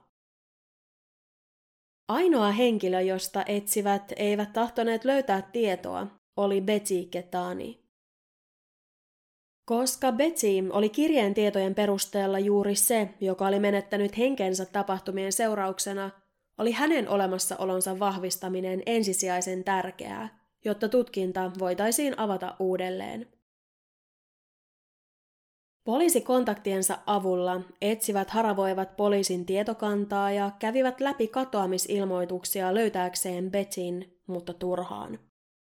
Ainoa henkilö, josta etsivät eivät tahtoneet löytää tietoa, oli Betty Keitany. Koska Betty oli kirjeen tietojen perusteella juuri se, joka oli menettänyt henkensä tapahtumien seurauksena, oli hänen olemassaolonsa vahvistaminen ensisijaisen tärkeää, jotta tutkinta voitaisiin avata uudelleen. Poliisikontaktiensa avulla etsivät haravoivat poliisin tietokantaa ja kävivät läpi katoamisilmoituksia löytääkseen Bettyn, mutta turhaan.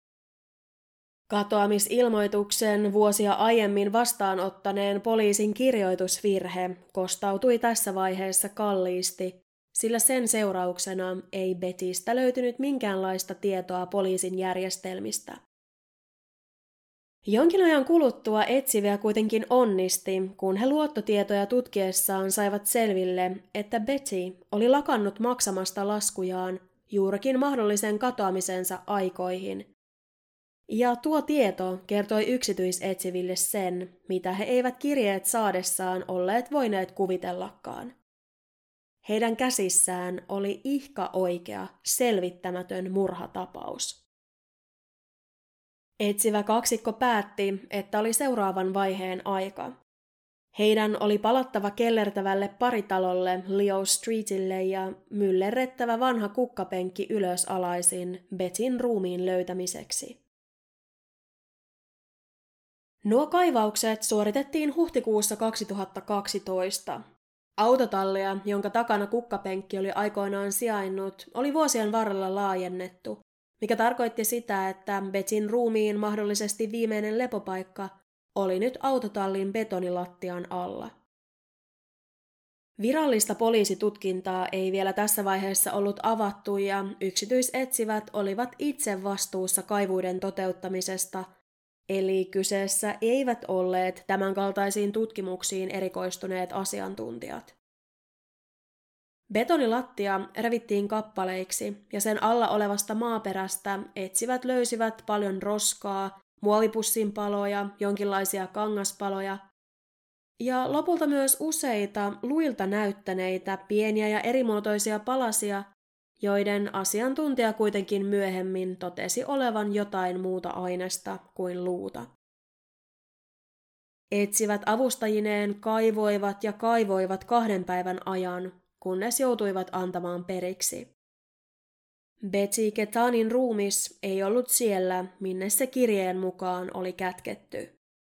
Katoamisilmoituksen vuosia aiemmin vastaanottaneen poliisin kirjoitusvirhe kostautui tässä vaiheessa kalliisti, sillä sen seurauksena ei Bettystä löytynyt minkäänlaista tietoa poliisin järjestelmistä. Jonkin ajan kuluttua etsiviä kuitenkin onnisti, kun he luottotietoja tutkiessaan saivat selville, että Betty oli lakannut maksamasta laskujaan juurikin mahdollisen katoamisensa aikoihin. Ja tuo tieto kertoi yksityisetsiville sen, mitä he eivät kirjeet saadessaan olleet voineet kuvitellakaan. Heidän käsissään oli ihka oikea, selvittämätön murhatapaus. Etsivä kaksikko päätti, että oli seuraavan vaiheen aika. Heidän oli palattava kellertävälle paritalolle Leo Streetille ja myllerrettävä vanha kukkapenkki ylösalaisin Bettyn ruumiin löytämiseksi. Nuo kaivaukset suoritettiin huhtikuussa 2012. Autotallia, jonka takana kukkapenkki oli aikoinaan sijainnut, oli vuosien varrella laajennettu, mikä tarkoitti sitä, että Bettyn ruumiin mahdollisesti viimeinen lepopaikka oli nyt autotallin betonilattian alla. Virallista poliisitutkintaa ei vielä tässä vaiheessa ollut avattu ja yksityisetsivät olivat itse vastuussa kaivuiden toteuttamisesta, eli kyseessä eivät olleet tämänkaltaisiin tutkimuksiin erikoistuneet asiantuntijat. Betonilattia revittiin kappaleiksi ja sen alla olevasta maaperästä etsivät löysivät paljon roskaa, muovipussin paloja, jonkinlaisia kangaspaloja ja lopulta myös useita luilta näyttäneitä pieniä ja erimuotoisia palasia, joiden asiantuntija kuitenkin myöhemmin totesi olevan jotain muuta aineesta kuin luuta. Etsivät avustajineen kaivoivat 2 päivän ajan, kunnes joutuivat antamaan periksi. Betty Ketanin ruumis ei ollut siellä, minne se kirjeen mukaan oli kätketty.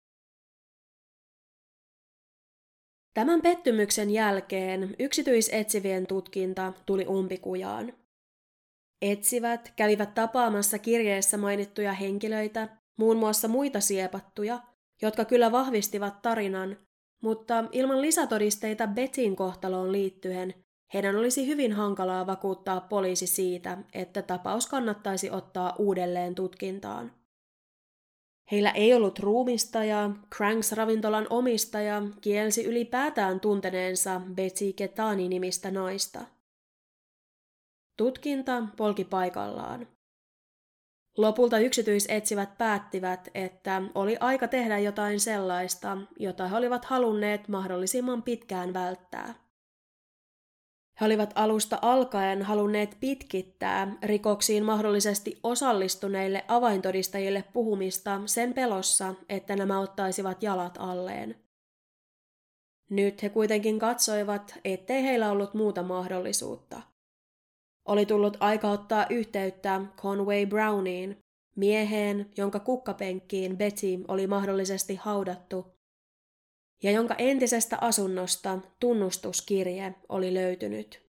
Tämän pettymyksen jälkeen yksityisetsivien tutkinta tuli umpikujaan. Etsivät kävivät tapaamassa kirjeessä mainittuja henkilöitä, muun muassa muita siepattuja, jotka kyllä vahvistivat tarinan, mutta ilman lisätodisteita Bettyn kohtaloon liittyen heidän olisi hyvin hankalaa vakuuttaa poliisi siitä, että tapaus kannattaisi ottaa uudelleen tutkintaan. Heillä ei ollut ruumista ja Cranks-ravintolan omistaja kielsi ylipäätään tunteneensa Betty Ketani-nimistä naista. Tutkinta polki paikallaan. Lopulta yksityisetsivät päättivät, että oli aika tehdä jotain sellaista, jota he olivat halunneet mahdollisimman pitkään välttää. He olivat alusta alkaen halunneet pitkittää rikoksiin mahdollisesti osallistuneille avaintodistajille puhumista sen pelossa, että nämä ottaisivat jalat alleen. Nyt he kuitenkin katsoivat, ettei heillä ollut muuta mahdollisuutta. Oli tullut aika ottaa yhteyttä Conway Browniin, mieheen, jonka kukkapenkkiin Betty oli mahdollisesti haudattu, ja jonka entisestä asunnosta tunnustuskirje oli löytynyt.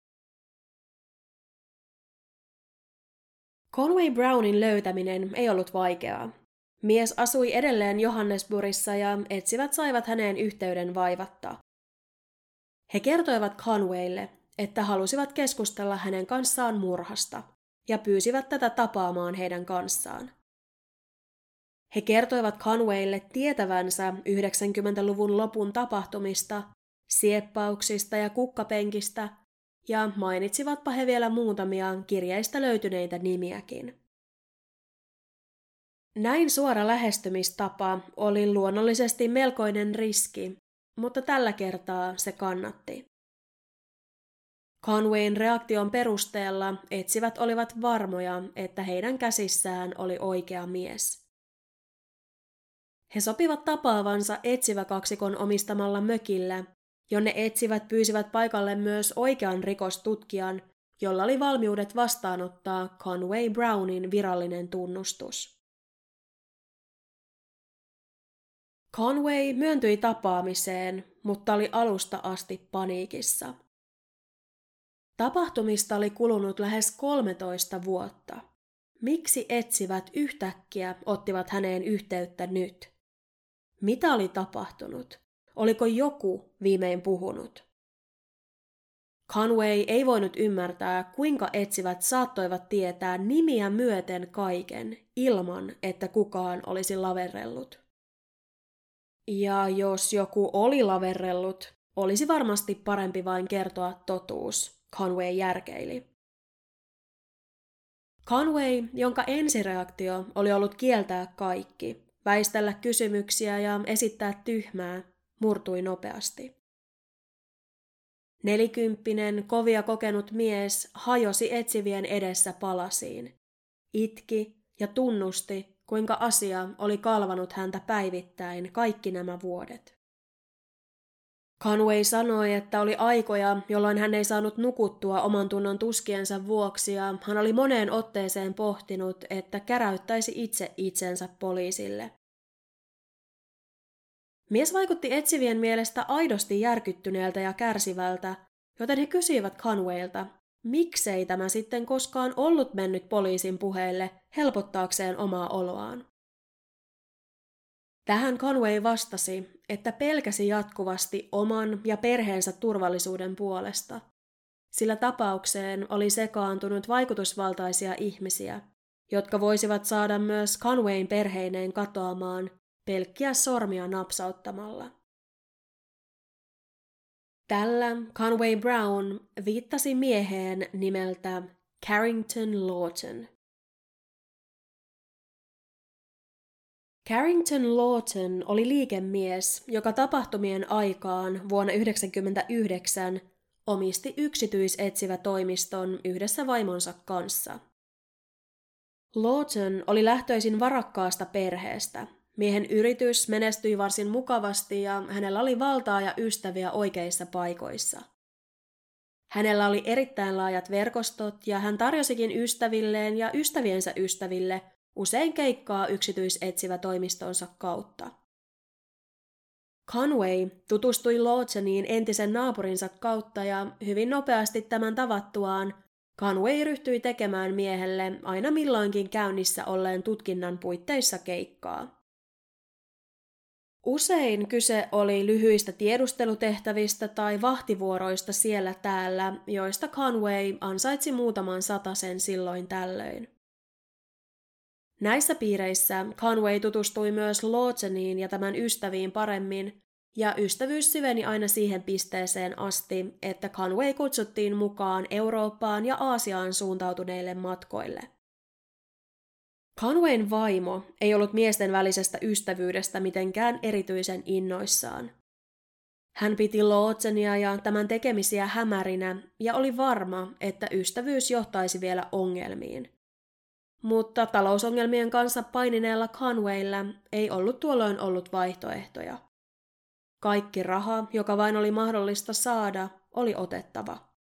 Conway Brownin löytäminen ei ollut vaikeaa. Mies asui edelleen Johannesburgissa ja etsivät saivat häneen yhteyden vaivatta. He kertoivat Conwaylle, että halusivat keskustella hänen kanssaan murhasta, ja pyysivät tätä tapaamaan heidän kanssaan. He kertoivat Conwaylle tietävänsä 90-luvun lopun tapahtumista, sieppauksista ja kukkapenkistä, ja mainitsivatpa he vielä muutamia kirjeistä löytyneitä nimiäkin. Näin suora lähestymistapa oli luonnollisesti melkoinen riski, mutta tällä kertaa se kannatti. Conwayn reaktion perusteella etsivät olivat varmoja, että heidän käsissään oli oikea mies. He sopivat tapaavansa etsivä kaksikon omistamalla mökillä, jonne etsivät pyysivät paikalle myös oikean rikostutkijan, jolla oli valmiudet vastaanottaa Conway Brownin virallinen tunnustus. Conway myöntyi tapaamiseen, mutta oli alusta asti paniikissa. Tapahtumista oli kulunut lähes 13 vuotta. Miksi etsivät yhtäkkiä ottivat häneen yhteyttä nyt? Mitä oli tapahtunut? Oliko joku viimein puhunut? Conway ei voinut ymmärtää, kuinka etsivät saattoivat tietää nimiä myöten kaiken, ilman että kukaan olisi laverrellut. Ja jos joku oli laverrellut, olisi varmasti parempi vain kertoa totuus, Conway järkeili. Conway, jonka ensireaktio oli ollut kieltää kaikki, väistellä kysymyksiä ja esittää tyhmää, murtui nopeasti. 40, kovia kokenut mies hajosi etsivien edessä palasiin. Itki ja tunnusti, kuinka asia oli kalvanut häntä päivittäin kaikki nämä vuodet. Conway sanoi, että oli aikoja, jolloin hän ei saanut nukuttua oman tunnon tuskiensa vuoksi ja hän oli moneen otteeseen pohtinut, että käräyttäisi itse itsensä poliisille. Mies vaikutti etsivien mielestä aidosti järkyttyneeltä ja kärsivältä, joten he kysyivät Conwaylta, miksei tämä sitten koskaan ollut mennyt poliisin puheille helpottaakseen omaa oloaan. Tähän Conway vastasi, että pelkäsi jatkuvasti oman ja perheensä turvallisuuden puolesta, sillä tapaukseen oli sekaantunut vaikutusvaltaisia ihmisiä, jotka voisivat saada myös Conwayn perheineen katoamaan pelkkiä sormia napsauttamalla. Tällä Conway Brown viittasi mieheen nimeltä Carrington Lawton. Carrington Lawton oli liikemies, joka tapahtumien aikaan vuonna 1999 omisti yksityisetsivä toimiston yhdessä vaimonsa kanssa. Lawton oli lähtöisin varakkaasta perheestä. Miehen yritys menestyi varsin mukavasti ja hänellä oli valtaa ja ystäviä oikeissa paikoissa. Hänellä oli erittäin laajat verkostot ja hän tarjosikin ystävilleen ja ystäviensä ystäville usein keikkaa yksityisetsivä toimistonsa kautta. Conway tutustui Lawtoniin entisen naapurinsa kautta ja hyvin nopeasti tämän tavattuaan Conway ryhtyi tekemään miehelle aina milloinkin käynnissä olleen tutkinnan puitteissa keikkaa. Usein kyse oli lyhyistä tiedustelutehtävistä tai vahtivuoroista siellä täällä, joista Conway ansaitsi muutaman satasen silloin tällöin. Näissä piireissä Conway tutustui myös Lawtoniin ja tämän ystäviin paremmin, ja ystävyys syveni aina siihen pisteeseen asti, että Conway kutsuttiin mukaan Eurooppaan ja Aasiaan suuntautuneille matkoille. Conwayn vaimo ei ollut miesten välisestä ystävyydestä mitenkään erityisen innoissaan. Hän piti Lawtonia ja tämän tekemisiä hämärinä ja oli varma, että ystävyys johtaisi vielä ongelmiin. Mutta talousongelmien kanssa painineella Conwaylla ei ollut tuolloin ollut vaihtoehtoja. Kaikki raha, joka vain oli mahdollista saada, oli otettava.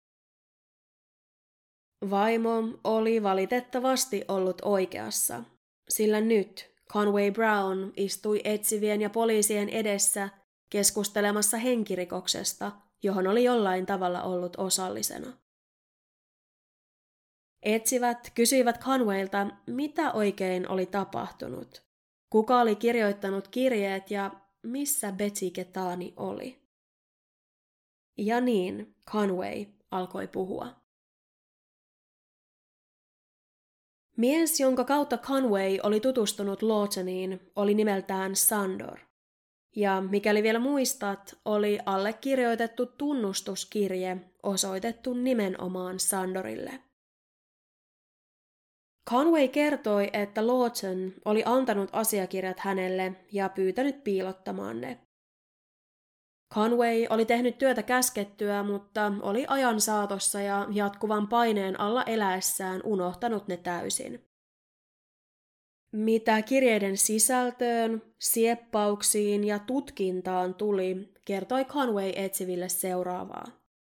Vaimo oli valitettavasti ollut oikeassa, sillä nyt Conway Brown istui etsivien ja poliisien edessä keskustelemassa henkirikoksesta, johon oli jollain tavalla ollut osallisena. Etsivät kysyivät Conwaylta, mitä oikein oli tapahtunut, kuka oli kirjoittanut kirjeet ja missä Betty Ketani oli. Ja niin Conway alkoi puhua. Mies, jonka kautta Conway oli tutustunut Lawtoniin, oli nimeltään Sandor. Ja mikäli vielä muistat, oli allekirjoitettu tunnustuskirje osoitettu nimenomaan Sandorille. Conway kertoi, että Lawton oli antanut asiakirjat hänelle ja pyytänyt piilottamaan ne. Conway oli tehnyt työtä käskettyä, mutta oli ajan saatossa ja jatkuvan paineen alla eläessään unohtanut ne täysin. Mitä kirjeiden sisältöön, sieppauksiin ja tutkintaan tuli, kertoi Conway etsiville seuraavaa.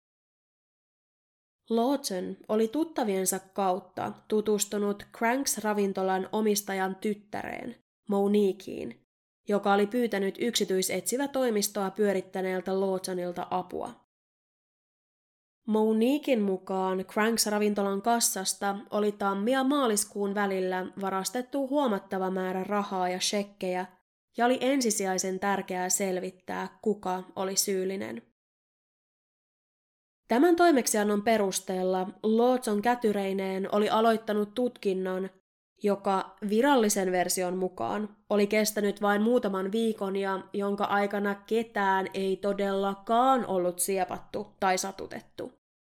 Lawton oli tuttaviensa kautta tutustunut Cranks-ravintolan omistajan tyttäreen, Moniqueen, joka oli pyytänyt yksityisetsivä toimistoa pyörittäneeltä Lawtonilta apua. Moniquein mukaan Cranks-ravintolan kassasta oli tammi- ja maaliskuun välillä varastettu huomattava määrä rahaa ja shekkejä, ja oli ensisijaisen tärkeää selvittää, kuka oli syyllinen. Tämän toimeksiannon perusteella Lawson kätyreineen oli aloittanut tutkinnon, joka virallisen version mukaan oli kestänyt vain muutaman viikon ja jonka aikana ketään ei todellakaan ollut siepattu tai satutettu.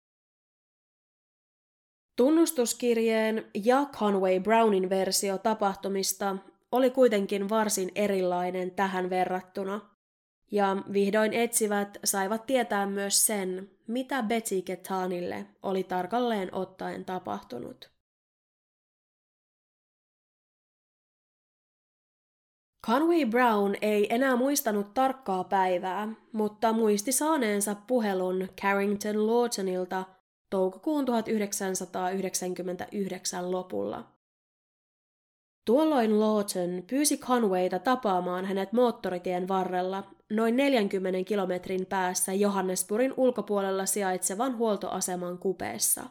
Tunnustuskirjeen ja Conway Brownin versio tapahtumista oli kuitenkin varsin erilainen tähän verrattuna, ja vihdoin etsivät saivat tietää myös sen, mitä Betsy Ketanille oli tarkalleen ottaen tapahtunut. Conway Brown ei enää muistanut tarkkaa päivää, mutta muisti saaneensa puhelun Carrington Lawsonilta toukokuun 1999 lopulla. Tuolloin Lawson pyysi Conwayta tapaamaan hänet moottoritien varrella noin 40 kilometrin päässä Johannesburgin ulkopuolella sijaitsevan huoltoaseman kupeessa.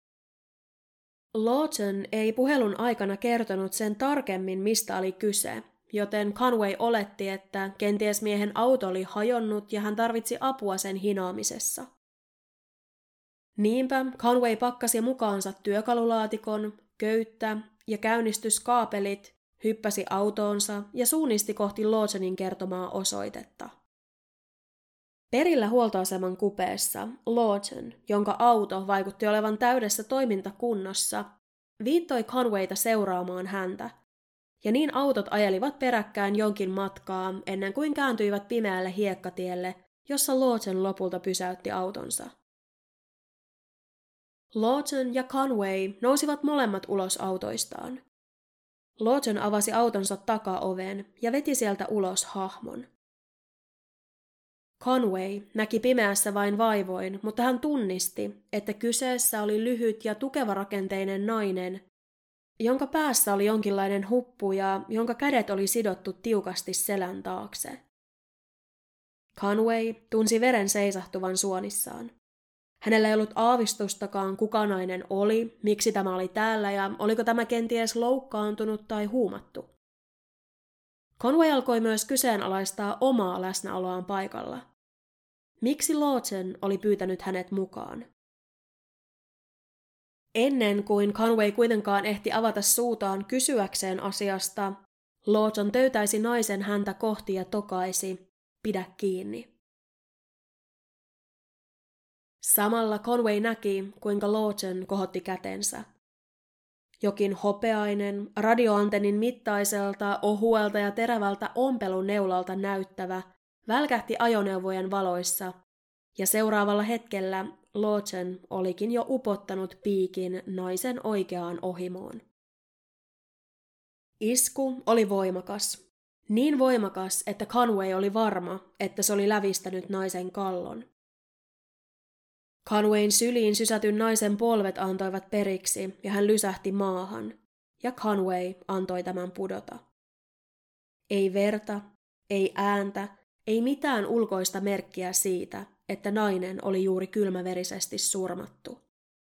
Lawson ei puhelun aikana kertonut sen tarkemmin, mistä oli kyse, joten Conway oletti, että kenties miehen auto oli hajonnut ja hän tarvitsi apua sen hinaamisessa. Niinpä Conway pakkasi mukaansa työkalulaatikon, köyttä ja käynnistyskaapelit, hyppäsi autoonsa ja suunnisti kohti Lawsonin kertomaa osoitetta. Perillä huoltoaseman kupeessa Lawson, jonka auto vaikutti olevan täydessä toimintakunnossa, viittoi Conwayta seuraamaan häntä, ja niin autot ajelivat peräkkäin jonkin matkaa ennen kuin kääntyivät pimeälle hiekkatielle, jossa Lawson lopulta pysäytti autonsa. Lawson ja Conway nousivat molemmat ulos autoistaan. Lawson avasi autonsa takaoven ja veti sieltä ulos hahmon. Conway näki pimeässä vain vaivoin, mutta hän tunnisti, että kyseessä oli lyhyt ja tukevarakenteinen nainen, jonka päässä oli jonkinlainen huppu ja jonka kädet oli sidottu tiukasti selän taakse. Conway tunsi veren seisahtuvan suonissaan. Hänellä ei ollut aavistustakaan, kuka nainen oli, miksi tämä oli täällä ja oliko tämä kenties loukkaantunut tai huumattu. Conway alkoi myös kyseenalaistaa omaa läsnäoloaan paikalla. Miksi Lawson oli pyytänyt hänet mukaan? Ennen kuin Conway kuitenkaan ehti avata suutaan kysyäkseen asiasta, Lawson töytäisi naisen häntä kohti ja tokaisi, pidä kiinni. Samalla Conway näki, kuinka Lawson kohotti kätensä. Jokin hopeainen, radioantennin mittaiselta, ohuelta ja terävältä ompeluneulalta näyttävä välkähti ajoneuvojen valoissa, ja seuraavalla hetkellä Lawson olikin jo upottanut piikin naisen oikeaan ohimoon. Isku oli voimakas. Niin voimakas, että Conway oli varma, että se oli lävistänyt naisen kallon. Conwayn syliin sysätyn naisen polvet antoivat periksi ja hän lysähti maahan, ja Conway antoi tämän pudota. Ei verta, ei ääntä, ei mitään ulkoista merkkiä siitä, että nainen oli juuri kylmäverisesti surmattu.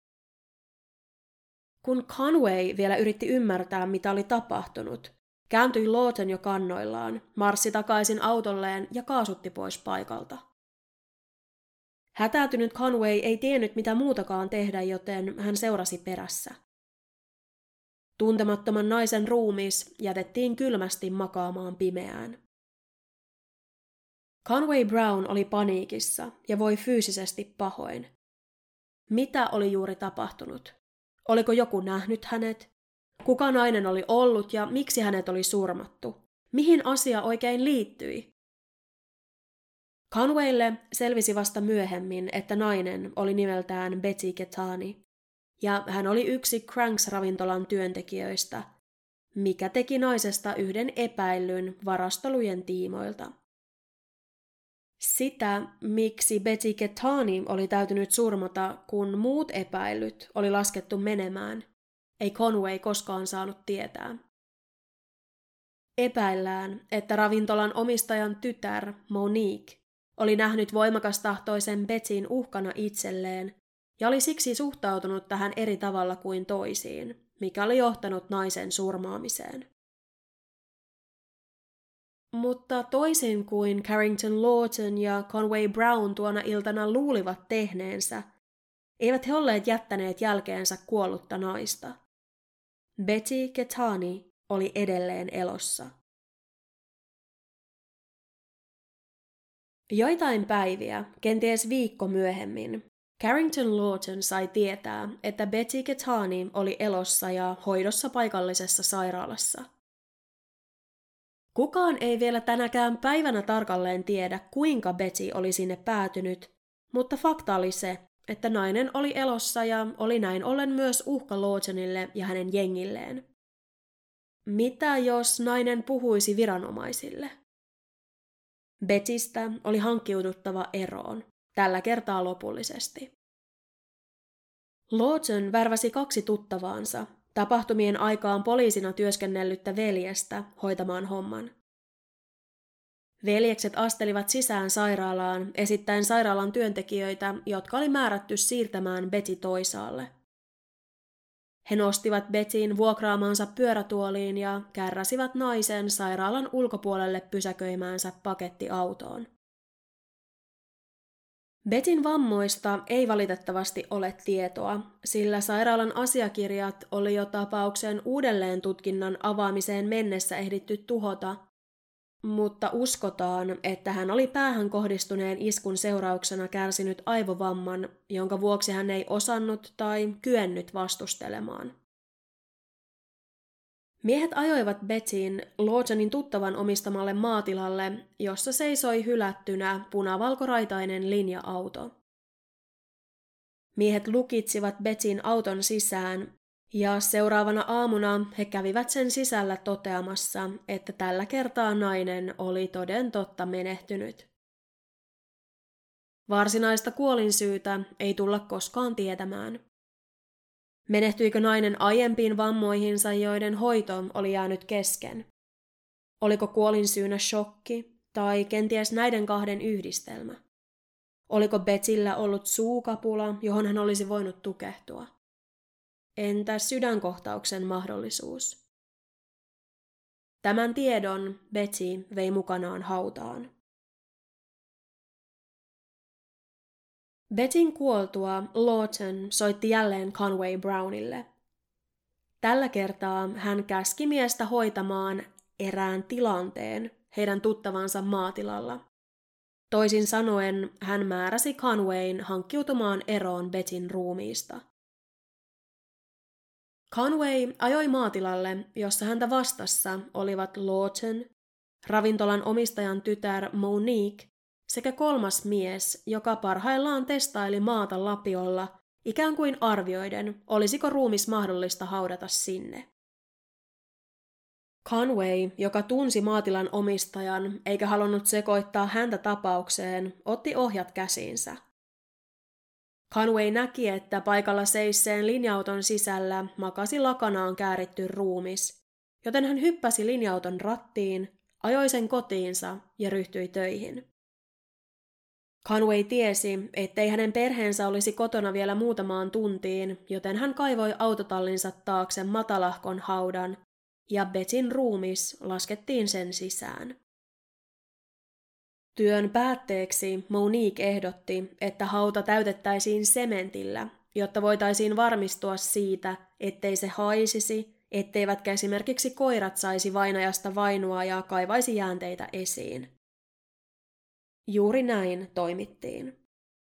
Kun Conway vielä yritti ymmärtää, mitä oli tapahtunut, kääntyi Lawson jo kannoillaan, marssi takaisin autolleen ja kaasutti pois paikalta. Hätääntynyt Conway ei tiennyt mitä muutakaan tehdä, joten hän seurasi perässä. Tuntemattoman naisen ruumis jätettiin kylmästi makaamaan pimeään. Conway Brown oli paniikissa ja voi fyysisesti pahoin. Mitä oli juuri tapahtunut? Oliko joku nähnyt hänet? Kuka nainen oli ollut ja miksi hänet oli surmattu? Mihin asia oikein liittyi? Conwaylle selvisi vasta myöhemmin, että nainen oli nimeltään Betsy Ketani, ja hän oli yksi Cranks-ravintolan työntekijöistä, mikä teki naisesta yhden epäillyn varastolujen tiimoilta. Sitä, miksi Betsy Ketani oli täytynyt surmata, kun muut epäilyt oli laskettu menemään, ei Conway koskaan saanut tietää. Epäillään, että ravintolan omistajan tytär Monique oli nähnyt voimakastahtoisen Betsyn uhkana itselleen ja oli siksi suhtautunut tähän eri tavalla kuin toisiin, mikä oli johtanut naisen surmaamiseen. Mutta toisin kuin Carrington Lawson ja Conway Brown tuona iltana luulivat tehneensä, eivät he olleet jättäneet jälkeensä kuollutta naista. Betty Ketaney oli edelleen elossa. Joitain päiviä, kenties viikko myöhemmin, Carrington Lawton sai tietää, että Betty Ketaney oli elossa ja hoidossa paikallisessa sairaalassa. Kukaan ei vielä tänäkään päivänä tarkalleen tiedä, kuinka Betty oli sinne päätynyt, mutta fakta oli se, että nainen oli elossa ja oli näin ollen myös uhka Lawtonille ja hänen jengilleen. Mitä jos nainen puhuisi viranomaisille? Bettystä oli hankkiuduttava eroon, tällä kertaa lopullisesti. Lawton värväsi 2 tuttavaansa, tapahtumien aikaan poliisina työskennellyttä veljestä, hoitamaan homman. Veljekset astelivat sisään sairaalaan, esittäen sairaalan työntekijöitä, jotka oli määrätty siirtämään Betty toisaalle. He nostivat Bettyn vuokraamansa pyörätuoliin ja kärräsivät naisen sairaalan ulkopuolelle pysäköimäänsä pakettiautoon. Bettyn vammoista ei valitettavasti ole tietoa, sillä sairaalan asiakirjat oli jo tapauksen uudelleen tutkinnan avaamiseen mennessä ehditty tuhota, mutta uskotaan, että hän oli päähän kohdistuneen iskun seurauksena kärsinyt aivovamman, jonka vuoksi hän ei osannut tai kyennyt vastustelemaan. Miehet ajoivat Bettyn Lawtonin tuttavan omistamalle maatilalle, jossa seisoi hylättynä punavalkoraitainen linja-auto. Miehet lukitsivat Bettyn auton sisään, ja seuraavana aamuna he kävivät sen sisällä toteamassa, että tällä kertaa nainen oli toden totta menehtynyt. Varsinaista kuolinsyytä ei tulla koskaan tietämään. Menehtyikö nainen aiempiin vammoihinsa, joiden hoito oli jäänyt kesken? Oliko kuolinsyynä shokki tai kenties näiden 2 yhdistelmä? Oliko Bettyllä ollut suukapula, johon hän olisi voinut tukehtua? Entä sydänkohtauksen mahdollisuus? Tämän tiedon Betty vei mukanaan hautaan. Bettyn kuoltua Lawton soitti jälleen Conway Brownille. Tällä kertaa hän käski miestä hoitamaan erään tilanteen heidän tuttavansa maatilalla. Toisin sanoen hän määräsi Conwayn hankkiutumaan eroon Bettyn ruumiista. Conway ajoi maatilalle, jossa häntä vastassa olivat Lawton, ravintolan omistajan tytär Monique sekä 3. mies, joka parhaillaan testaili maata lapiolla, ikään kuin arvioiden, olisiko ruumis mahdollista haudata sinne. Conway, joka tunsi maatilan omistajan eikä halunnut sekoittaa häntä tapaukseen, otti ohjat käsiinsä. Conway näki, että paikalla seisseen linja-auton sisällä makasi lakanaan kääritty ruumis, joten hän hyppäsi linja-auton rattiin, ajoi sen kotiinsa ja ryhtyi töihin. Conway tiesi, ettei hänen perheensä olisi kotona vielä muutamaan tuntiin, joten hän kaivoi autotallinsa taakse matalahkon haudan ja Bettyn ruumis laskettiin sen sisään. Työn päätteeksi Monique ehdotti, että hauta täytettäisiin sementillä, jotta voitaisiin varmistua siitä, ettei se haisisi, etteivätkä esimerkiksi koirat saisi vainajasta vainua ja kaivaisi jäänteitä esiin. Juuri näin toimittiin.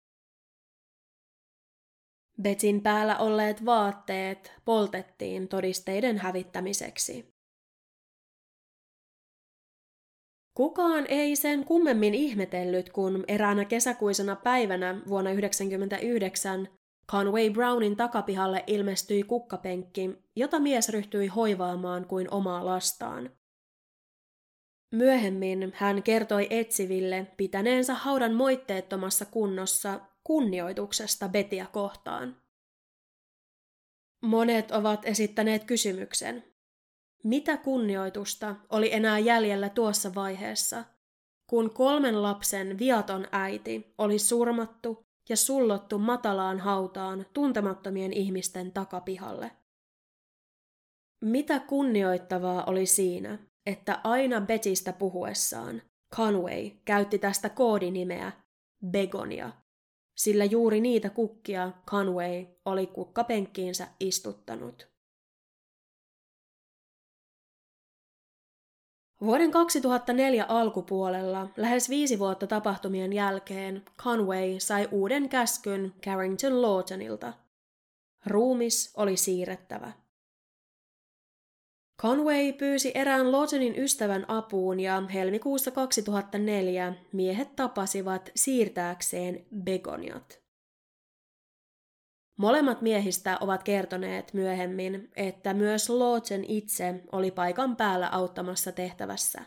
Bettyn päällä olleet vaatteet poltettiin todisteiden hävittämiseksi. Kukaan ei sen kummemmin ihmetellyt, kun eräänä kesäkuisena päivänä vuonna 1999 Conway Brownin takapihalle ilmestyi kukkapenkki, jota mies ryhtyi hoivaamaan kuin omaa lastaan. Myöhemmin hän kertoi etsiville pitäneensä haudan moitteettomassa kunnossa kunnioituksesta Bettyä kohtaan. Monet ovat esittäneet kysymyksen, mitä kunnioitusta oli enää jäljellä tuossa vaiheessa, kun 3 lapsen viaton äiti oli surmattu ja sullottu matalaan hautaan tuntemattomien ihmisten takapihalle? Mitä kunnioittavaa oli siinä, että aina Bettystä puhuessaan Conway käytti tästä koodinimeä Begonia, sillä juuri niitä kukkia Conway oli kukkapenkkiinsä istuttanut. Vuoden 2004 alkupuolella, lähes 5 vuotta tapahtumien jälkeen, Conway sai uuden käskyn Carrington Lawtonilta. Ruumis oli siirrettävä. Conway pyysi erään Lawtonin ystävän apuun ja helmikuussa 2004 miehet tapasivat siirtääkseen begoniat. Molemmat miehistä ovat kertoneet myöhemmin, että myös Lawton itse oli paikan päällä auttamassa tehtävässä.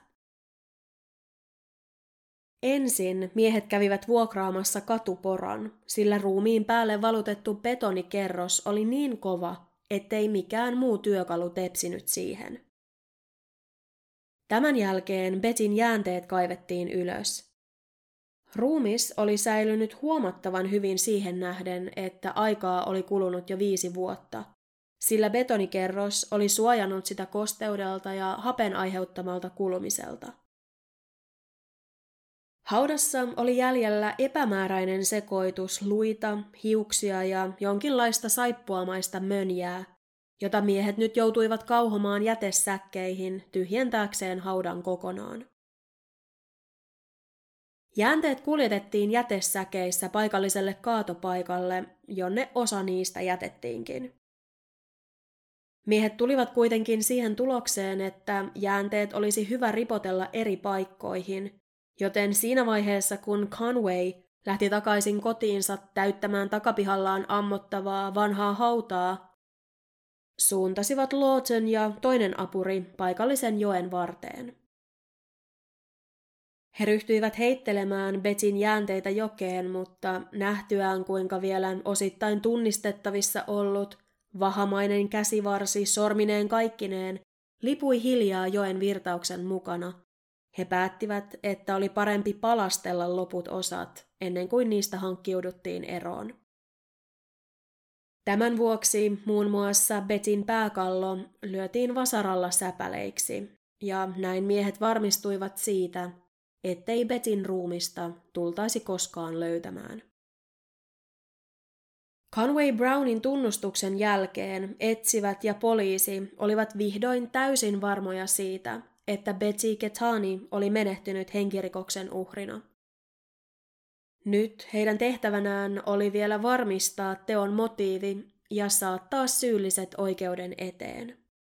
Ensin miehet kävivät vuokraamassa katuporan, sillä ruumiin päälle valutettu betonikerros oli niin kova, ettei mikään muu työkalu tepsinyt siihen. Tämän jälkeen Betyn jäänteet kaivettiin ylös. Ruumis oli säilynyt huomattavan hyvin siihen nähden, että aikaa oli kulunut jo 5 vuotta, sillä betonikerros oli suojannut sitä kosteudelta ja hapen aiheuttamalta kulumiselta. Haudassa oli jäljellä epämääräinen sekoitus luita, hiuksia ja jonkinlaista saippuamaista mönjää, jota miehet nyt joutuivat kauhomaan jätesäkkeihin tyhjentääkseen haudan kokonaan. Jäänteet kuljetettiin jätesäkeissä paikalliselle kaatopaikalle, jonne osa niistä jätettiinkin. Miehet tulivat kuitenkin siihen tulokseen, että jäänteet olisi hyvä ripotella eri paikkoihin, joten siinä vaiheessa kun Conway lähti takaisin kotiinsa täyttämään takapihallaan ammottavaa vanhaa hautaa, suuntasivat Lawton ja toinen apuri paikallisen joen varteen. He ryhtyivät heittelemään Betyn jäänteitä jokeen, mutta nähtyään kuinka vielä osittain tunnistettavissa ollut vahamainen käsivarsi sormineen kaikkineen lipui hiljaa joen virtauksen mukana, he päättivät, että oli parempi palastella loput osat ennen kuin niistä hankkiuduttiin eroon. Tämän vuoksi muun muassa Betyn pääkallo lyötiin vasaralla säpäleiksi, ja näin miehet varmistuivat siitä, ettei Betyn ruumista tultaisi koskaan löytämään. Conway Brownin tunnustuksen jälkeen etsivät ja poliisi olivat vihdoin täysin varmoja siitä, että Betty Ketaney oli menehtynyt henkirikoksen uhrina. Nyt heidän tehtävänään oli vielä varmistaa teon motiivi ja saattaa syylliset oikeuden eteen.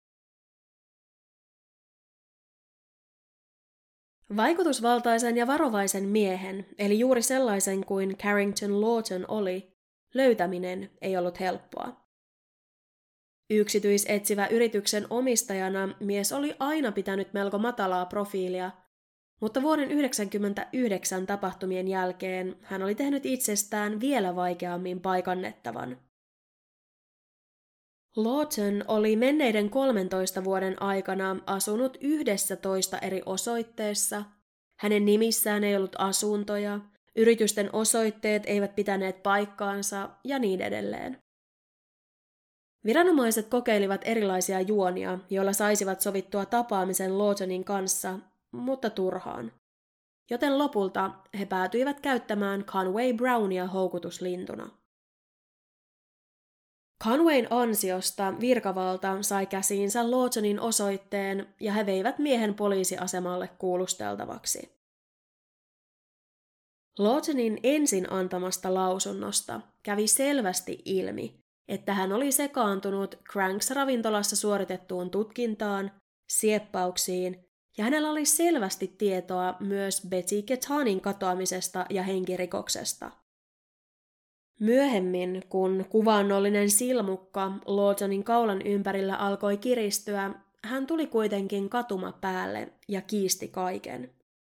Vaikutusvaltaisen ja varovaisen miehen, eli juuri sellaisen kuin Carrington Lawton oli, löytäminen ei ollut helppoa. Yksityisetsivä yrityksen omistajana mies oli aina pitänyt melko matalaa profiilia, mutta vuoden 1999 tapahtumien jälkeen hän oli tehnyt itsestään vielä vaikeammin paikannettavan. Lawton oli menneiden 13 vuoden aikana asunut 11 eri osoitteessa, hänen nimissään ei ollut asuntoja, yritysten osoitteet eivät pitäneet paikkaansa ja niin edelleen. Viranomaiset kokeilivat erilaisia juonia, joilla saisivat sovittua tapaamisen Lawtonin kanssa, mutta turhaan. Joten lopulta he päätyivät käyttämään Conway Brownia houkutuslintuna. Conwayn ansiosta virkavalta sai käsiinsä Lawtonin osoitteen ja he veivät miehen poliisiasemalle kuulusteltavaksi. Lawtonin ensin antamasta lausunnosta kävi selvästi ilmi, että hän oli sekaantunut Cranks-ravintolassa suoritettuun tutkintaan, sieppauksiin ja hänellä oli selvästi tietoa myös Betty Ketaneyn katoamisesta ja henkirikoksesta. Myöhemmin, kun kuvaannollinen silmukka Lawtonin kaulan ympärillä alkoi kiristyä, hän tuli kuitenkin katuma päälle ja kiisti kaiken.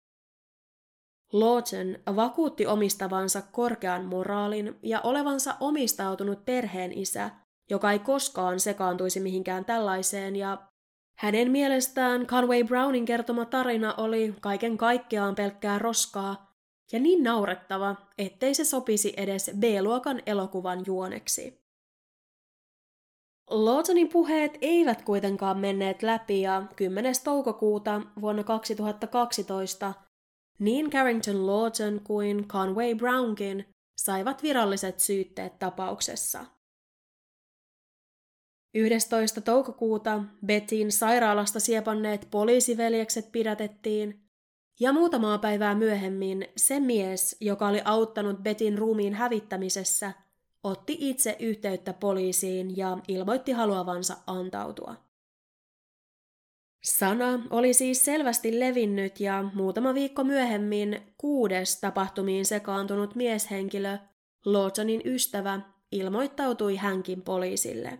Lawton vakuutti omistavansa korkean moraalin ja olevansa omistautunut perheenisä, joka ei koskaan sekaantuisi mihinkään tällaiseen, ja hänen mielestään Conway Brownin kertoma tarina oli kaiken kaikkiaan pelkkää roskaa ja niin naurettava, ettei se sopisi edes B-luokan elokuvan juoneksi. Lawtonin puheet eivät kuitenkaan menneet läpi ja 10. toukokuuta vuonna 2012 niin Carrington Lawton kuin Conway Brownkin saivat viralliset syytteet tapauksessa. 11. toukokuuta Bettyn sairaalasta siepanneet poliisiveljekset pidätettiin, ja muutamaa päivää myöhemmin se mies, joka oli auttanut Bettyn ruumiin hävittämisessä, otti itse yhteyttä poliisiin ja ilmoitti haluavansa antautua. Sana oli siis selvästi levinnyt ja muutama viikko myöhemmin 6. tapahtumiin sekaantunut mieshenkilö, Lawtonin ystävä, ilmoittautui hänkin poliisille.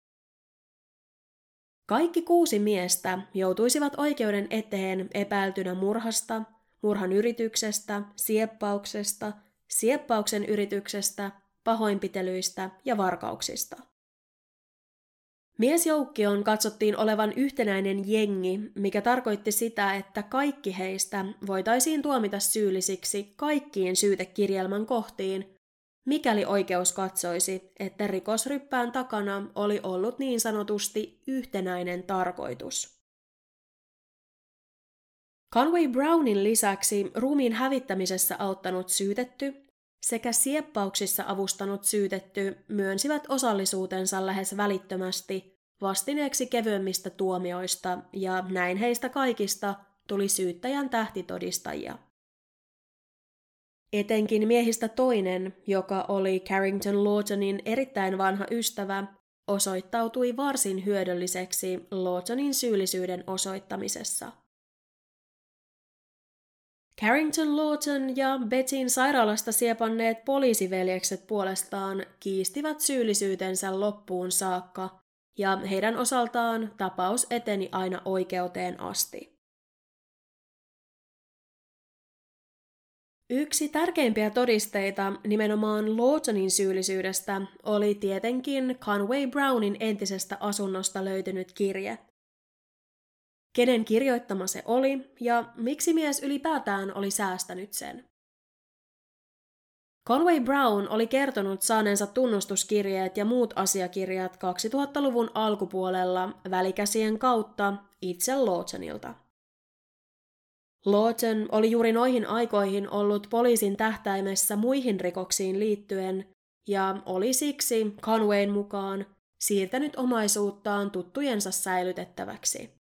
Kaikki 6 miestä joutuisivat oikeuden eteen epäiltynä murhasta, murhan yrityksestä, sieppauksesta, sieppauksen yrityksestä, pahoinpitelyistä ja varkauksista. Miesjoukkion katsottiin olevan yhtenäinen jengi, mikä tarkoitti sitä, että kaikki heistä voitaisiin tuomita syyllisiksi kaikkiin syytekirjelmän kohtiin, mikäli oikeus katsoisi, että rikosryppään takana oli ollut niin sanotusti yhtenäinen tarkoitus. Conway Brownin lisäksi ruumiin hävittämisessä auttanut syytetty sekä sieppauksissa avustanut syytetty myönsivät osallisuutensa lähes välittömästi vastineeksi kevyemmistä tuomioista, ja näin heistä kaikista tuli syyttäjän tähtitodistajia. Etenkin miehistä toinen, joka oli Carrington Lawtonin erittäin vanha ystävä, osoittautui varsin hyödylliseksi Lawtonin syyllisyyden osoittamisessa. Carrington Lawton ja Bettyn sairaalasta siepanneet poliisiveljekset puolestaan kiistivät syyllisyytensä loppuun saakka, ja heidän osaltaan tapaus eteni aina oikeuteen asti. Yksi tärkeimpiä todisteita nimenomaan Lawtonin syyllisyydestä oli tietenkin Conway Brownin entisestä asunnosta löytynyt kirje. Kenen kirjoittama se oli ja miksi mies ylipäätään oli säästänyt sen? Conway Brown oli kertonut saaneensa tunnustuskirjeet ja muut asiakirjat 2000-luvun alkupuolella välikäsien kautta itse Lawtonilta. Lawton oli juuri noihin aikoihin ollut poliisin tähtäimessä muihin rikoksiin liittyen ja oli siksi Conwayn mukaan siirtänyt omaisuuttaan tuttujensa säilytettäväksi.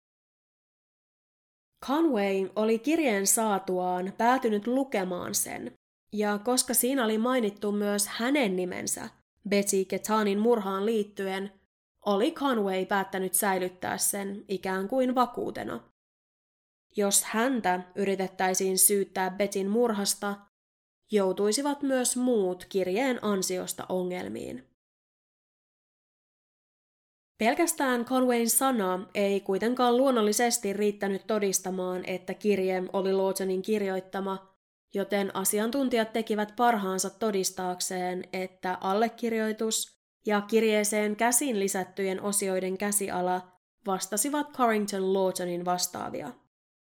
Conway oli kirjeen saatuaan päätynyt lukemaan sen, ja koska siinä oli mainittu myös hänen nimensä Betty Ketanin murhaan liittyen, oli Conway päättänyt säilyttää sen ikään kuin vakuutena. Jos häntä yritettäisiin syyttää Bettyn murhasta, joutuisivat myös muut kirjeen ansiosta ongelmiin. Pelkästään Conwayn sana ei kuitenkaan luonnollisesti riittänyt todistamaan, että kirje oli Lawtonin kirjoittama, joten asiantuntijat tekivät parhaansa todistaakseen, että allekirjoitus ja kirjeeseen käsin lisättyjen osioiden käsiala vastasivat Carrington Lawtonin vastaavia.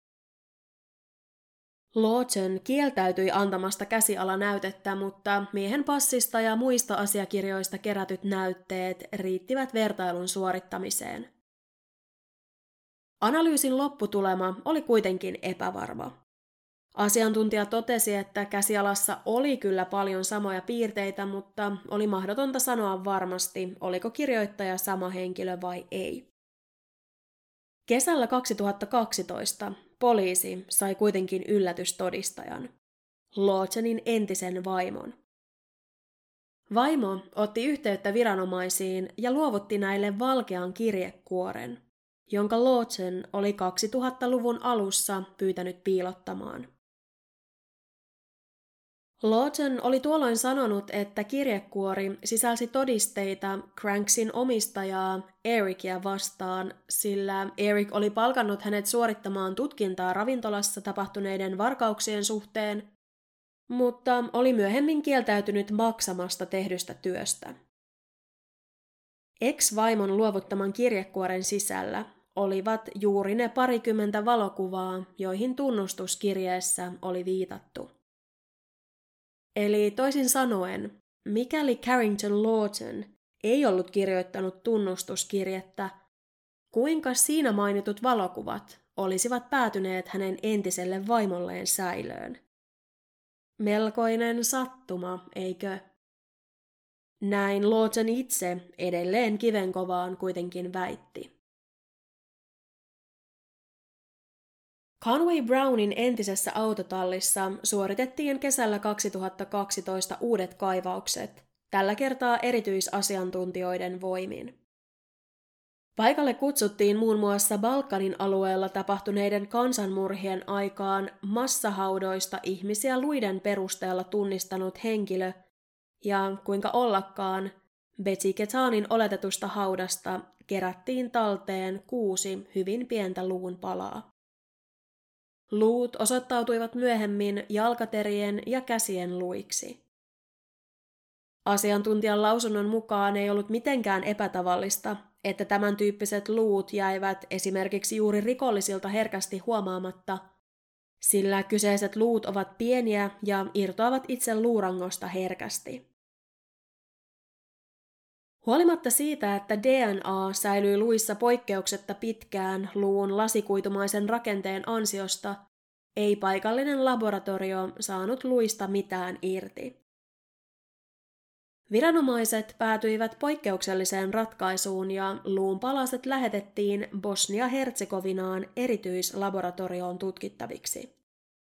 Lawton kieltäytyi antamasta käsialanäytettä, mutta miehen passista ja muista asiakirjoista kerätyt näytteet riittivät vertailun suorittamiseen. Analyysin lopputulema oli kuitenkin epävarma. Asiantuntija totesi, että käsialassa oli kyllä paljon samoja piirteitä, mutta oli mahdotonta sanoa varmasti, oliko kirjoittaja sama henkilö vai ei. Kesällä 2012 poliisi sai kuitenkin yllätystodistajan, Lawtonin entisen vaimon. Vaimo otti yhteyttä viranomaisiin ja luovutti näille valkean kirjekuoren, jonka Lawton oli 2000-luvun alussa pyytänyt piilottamaan. Lawton oli tuolloin sanonut, että kirjekuori sisälsi todisteita Cranksin omistajaa Ericia vastaan, sillä Eric oli palkannut hänet suorittamaan tutkintaa ravintolassa tapahtuneiden varkauksien suhteen, mutta oli myöhemmin kieltäytynyt maksamasta tehdystä työstä. Ex-vaimon luovuttaman kirjekuoren sisällä olivat juuri ne parikymmentä valokuvaa, joihin tunnustuskirjeessä oli viitattu. Eli toisin sanoen, mikäli Carrington Lawton ei ollut kirjoittanut tunnustuskirjettä, kuinka siinä mainitut valokuvat olisivat päätyneet hänen entiselle vaimolleen säilöön? Melkoinen sattuma, eikö? Näin Lawton itse edelleen kivenkovaan kuitenkin väitti. Conway Brownin entisessä autotallissa suoritettiin kesällä 2012 uudet kaivaukset, tällä kertaa erityisasiantuntijoiden voimin. Paikalle kutsuttiin muun muassa Balkanin alueella tapahtuneiden kansanmurhien aikaan massahaudoista ihmisiä luiden perusteella tunnistanut henkilö, ja kuinka ollakaan, Betty Ketanin oletetusta haudasta kerättiin talteen 6 hyvin pientä luun palaa. Luut osoittautuivat myöhemmin jalkaterien ja käsien luiksi. Asiantuntijan lausunnon mukaan ei ollut mitenkään epätavallista, että tämän tyyppiset luut jäivät esimerkiksi juuri rikollisilta herkästi huomaamatta, sillä kyseiset luut ovat pieniä ja irtoavat itse luurangosta herkästi. Huolimatta siitä, että DNA säilyi luissa poikkeuksetta pitkään luun lasikuitumaisen rakenteen ansiosta, ei paikallinen laboratorio saanut luista mitään irti. Viranomaiset päätyivät poikkeukselliseen ratkaisuun ja luun palaset lähetettiin Bosnia-Herzegovinaan erityislaboratorioon tutkittaviksi.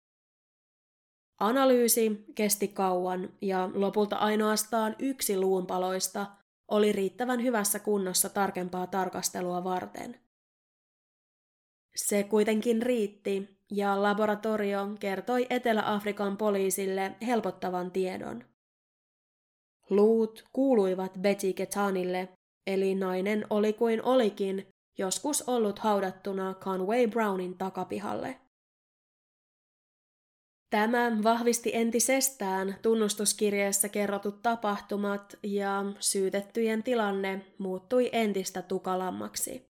Analyysi kesti kauan ja lopulta ainoastaan 1 luun paloista oli riittävän hyvässä kunnossa tarkempaa tarkastelua varten. Se kuitenkin riitti ja laboratorio kertoi Etelä-Afrikan poliisille helpottavan tiedon. Luut kuuluivat Betty Ketanille, eli nainen oli kuin olikin joskus ollut haudattuna Conway Brownin takapihalle. Tämä vahvisti entisestään tunnustuskirjeessä kerrotut tapahtumat ja syytettyjen tilanne muuttui entistä tukalammaksi.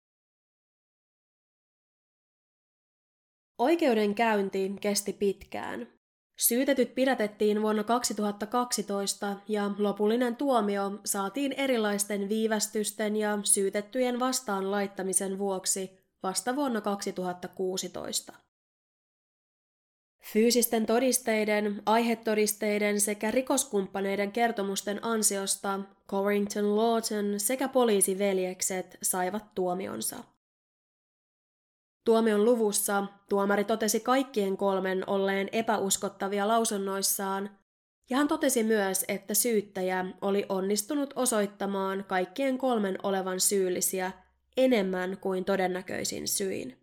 Oikeudenkäynti kesti pitkään. Syytetyt pidätettiin vuonna 2012 ja lopullinen tuomio saatiin erilaisten viivästysten ja syytettyjen vastaan laittamisen vuoksi vasta vuonna 2016. Fyysisten todisteiden, aihetodisteiden sekä rikoskumppaneiden kertomusten ansiosta Corrington Lawton sekä poliisiveljekset saivat tuomionsa. Tuomion luvussa tuomari totesi kaikkien 3 olleen epäuskottavia lausunnoissaan, ja hän totesi myös, että syyttäjä oli onnistunut osoittamaan kaikkien 3 olevan syyllisiä enemmän kuin todennäköisin syin.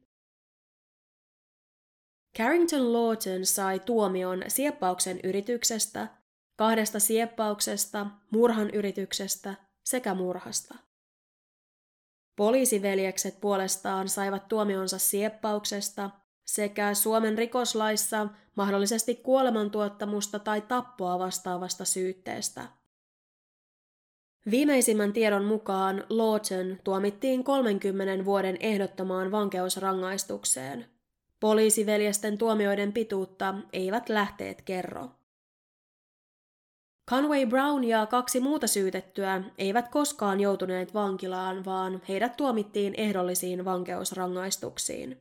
Carrington Lawton sai tuomion sieppauksen yrityksestä, 2 sieppauksesta, murhan yrityksestä sekä murhasta. Poliisiveljekset puolestaan saivat tuomionsa sieppauksesta sekä Suomen rikoslaissa mahdollisesti kuolemantuottamusta tai tappoa vastaavasta syytteestä. Viimeisimmän tiedon mukaan Lawton tuomittiin 30 vuoden ehdottomaan vankeusrangaistukseen. Poliisiveljesten tuomioiden pituutta eivät lähteet kerro. Conway Brown ja 2 muuta syytettyä eivät koskaan joutuneet vankilaan, vaan heidät tuomittiin ehdollisiin vankeusrangaistuksiin.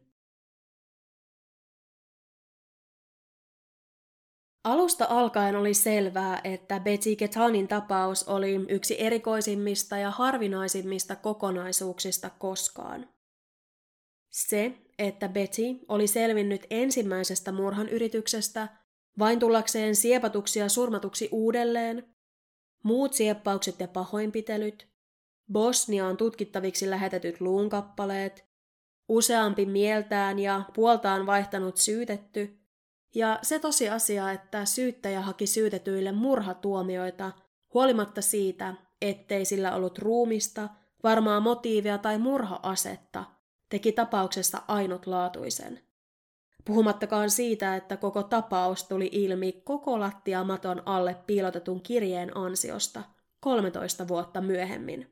Alusta alkaen oli selvää, että Betty Ketanin tapaus oli yksi erikoisimmista ja harvinaisimmista kokonaisuuksista koskaan. Se, että Betty oli selvinnyt ensimmäisestä murhan yrityksestä vain tullakseen siepatuksi ja surmatuksi uudelleen, muut sieppaukset ja pahoinpitelyt, Bosniaan tutkittaviksi lähetetyt luunkappaleet, useampi mieltään ja puoltaan vaihtanut syytetty, ja se tosiasia, että syyttäjä haki syytetyille murhatuomioita huolimatta siitä, ettei sillä ollut ruumista, varmaa motiivia tai murha-asetta, teki tapauksesta ainutlaatuisen. Puhumattakaan siitä, että koko tapaus tuli ilmi koko lattiamaton alle piilotetun kirjeen ansiosta 13 vuotta myöhemmin.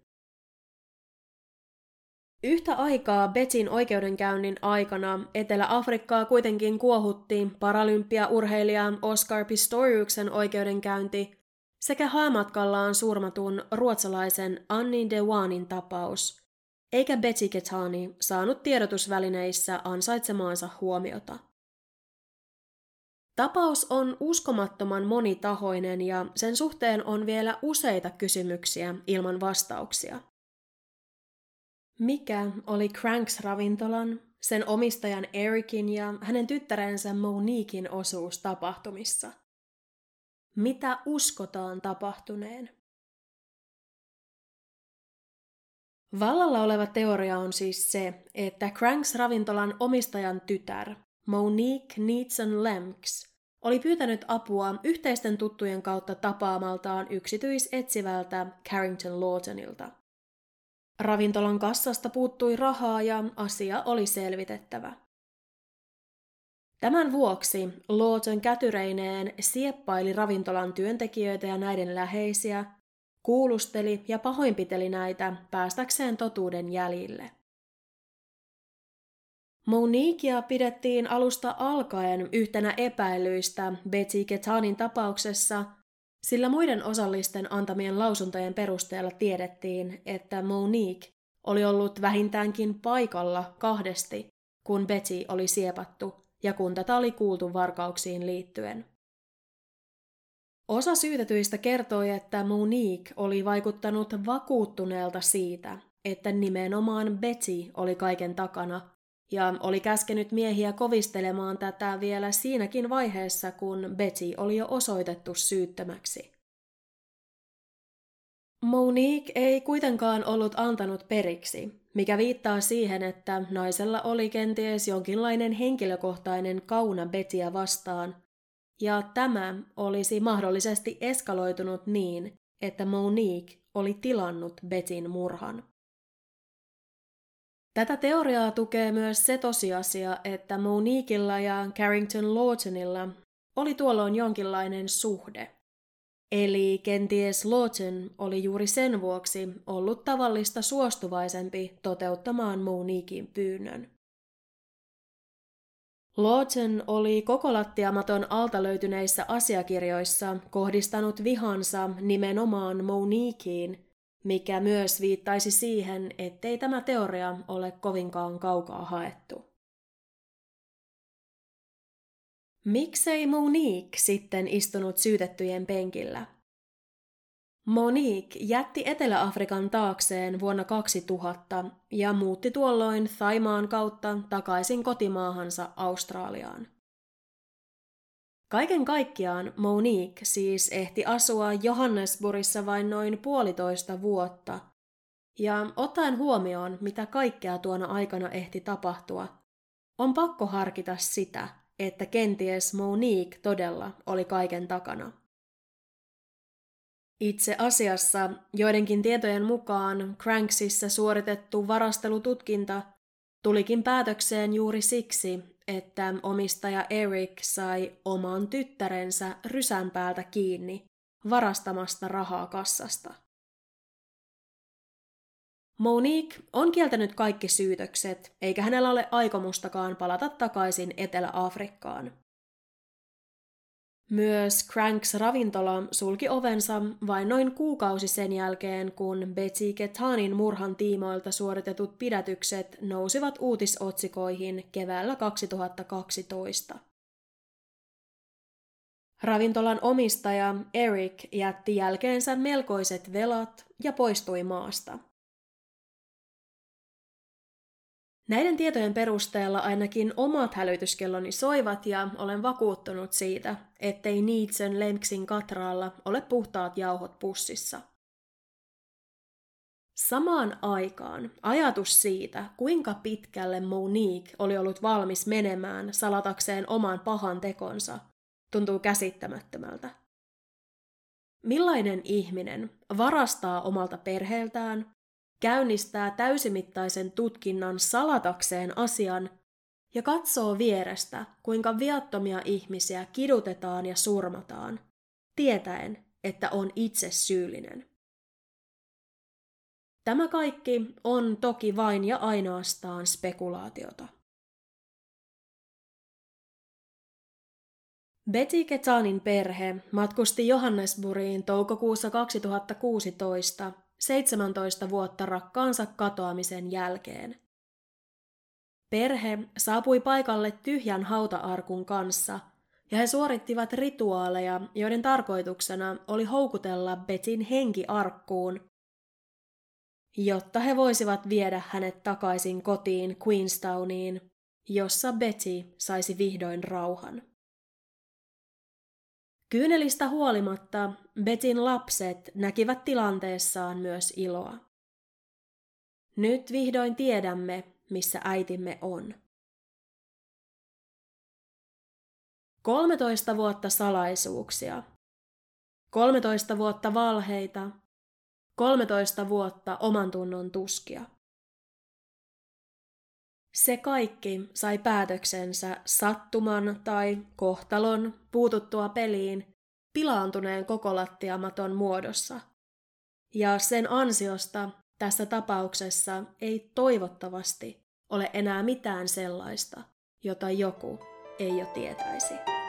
Yhtä aikaa Bettyn oikeudenkäynnin aikana Etelä-Afrikkaa kuitenkin kuohutti paralympiaurheilija Oscar Pistoriuksen oikeudenkäynti sekä häämatkallaan surmatun ruotsalaisen Anni Dewanin tapaus, eikä Betty Ketani saanut tiedotusvälineissä ansaitsemaansa huomiota. Tapaus on uskomattoman monitahoinen ja sen suhteen on vielä useita kysymyksiä ilman vastauksia. Mikä oli Cranks-ravintolan, sen omistajan Ericin ja hänen tyttärensä Moniquein osuus tapahtumissa? Mitä uskotaan tapahtuneen? Vallalla oleva teoria on siis se, että Cranks-ravintolan omistajan tytär, Monique Needson Lemks, oli pyytänyt apua yhteisten tuttujen kautta tapaamaltaan yksityisetsivältä Carrington Lawtonilta. Ravintolan kassasta puuttui rahaa ja asia oli selvitettävä. Tämän vuoksi Lawton kätyreineen sieppaili ravintolan työntekijöitä ja näiden läheisiä, kuulusteli ja pahoinpiteli näitä päästäkseen totuuden jäljille. Moniquea pidettiin alusta alkaen yhtenä epäilyistä Betty Ketanin tapauksessa, sillä muiden osallisten antamien lausuntojen perusteella tiedettiin, että Monique oli ollut vähintäänkin paikalla kahdesti, kun Betty oli siepattu ja kun tätä oli kuultu varkauksiin liittyen. Osa syytetyistä kertoi, että Monique oli vaikuttanut vakuuttuneelta siitä, että nimenomaan Betty oli kaiken takana, ja oli käskenyt miehiä kovistelemaan tätä vielä siinäkin vaiheessa, kun Betty oli jo osoitettu syyttömäksi. Monique ei kuitenkaan ollut antanut periksi, mikä viittaa siihen, että naisella oli kenties jonkinlainen henkilökohtainen kauna Bettyä vastaan, ja tämä olisi mahdollisesti eskaloitunut niin, että Monique oli tilannut Bettyn murhan. Tätä teoriaa tukee myös se tosiasia, että Moniquella ja Carrington Lawtonilla oli tuolloin jonkinlainen suhde. Eli kenties Lawton oli juuri sen vuoksi ollut tavallista suostuvaisempi toteuttamaan Moniquein pyynnön. Lawton oli kokolattiamaton alta löytyneissä asiakirjoissa kohdistanut vihansa nimenomaan Moniquein, mikä myös viittaisi siihen, ettei tämä teoria ole kovinkaan kaukaa haettu. Miksei Monique sitten istunut syytettyjen penkillä? Monique jätti Etelä-Afrikan taakseen vuonna 2000 ja muutti tuolloin Thaimaan kautta takaisin kotimaahansa Australiaan. Kaiken kaikkiaan Monique siis ehti asua Johannesburgissa vain noin 1,5 vuotta, ja ottaen huomioon, mitä kaikkea tuona aikana ehti tapahtua, on pakko harkita sitä, että kenties Monique todella oli kaiken takana. Itse asiassa joidenkin tietojen mukaan Cranksissa suoritettu varastelututkinta tulikin päätökseen juuri siksi, että omistaja Eric sai oman tyttärensä rysän päältä kiinni varastamasta rahaa kassasta. Monique on kieltänyt kaikki syytökset, eikä hänellä ole aikomustakaan palata takaisin Etelä-Afrikkaan. Myös Cranks-ravintola sulki ovensa vain noin kuukausi sen jälkeen, kun Betty Ketanin murhan tiimoilta suoritetut pidätykset nousivat uutisotsikoihin keväällä 2012. Ravintolan omistaja Eric jätti jälkeensä melkoiset velat ja poistui maasta. Näiden tietojen perusteella ainakin omat hälytyskelloni soivat ja olen vakuuttunut siitä, ettei Needson Lemksin katraalla ole puhtaat jauhot pussissa. Samaan aikaan ajatus siitä, kuinka pitkälle Monique oli ollut valmis menemään salatakseen oman pahan tekonsa, tuntuu käsittämättömältä. Millainen ihminen varastaa omalta perheeltään, käynnistää täysimittaisen tutkinnan salatakseen asian ja katsoo vierestä, kuinka viattomia ihmisiä kidutetaan ja surmataan, tietäen, että on itse syyllinen. Tämä kaikki on toki vain ja ainoastaan spekulaatiota. Betty Ketanin perhe matkusti Johannesburgiin toukokuussa 2016 17 vuotta rakkaansa katoamisen jälkeen. Perhe saapui paikalle tyhjän hauta-arkun kanssa, ja he suorittivat rituaaleja, joiden tarkoituksena oli houkutella Betin henki arkkuun, jotta he voisivat viedä hänet takaisin kotiin Queenstowniin, jossa Betty saisi vihdoin rauhan. Kyynelistä huolimatta Betyn lapset näkivät tilanteessaan myös iloa. Nyt vihdoin tiedämme, missä äitimme on. 13 vuotta salaisuuksia. 13 vuotta valheita. 13 vuotta omantunnon tuskia. Se kaikki sai päätöksensä sattuman tai kohtalon puututtua peliin pilaantuneen kokolattiamaton muodossa. Ja sen ansiosta tässä tapauksessa ei toivottavasti ole enää mitään sellaista, jota joku ei jo tietäisi.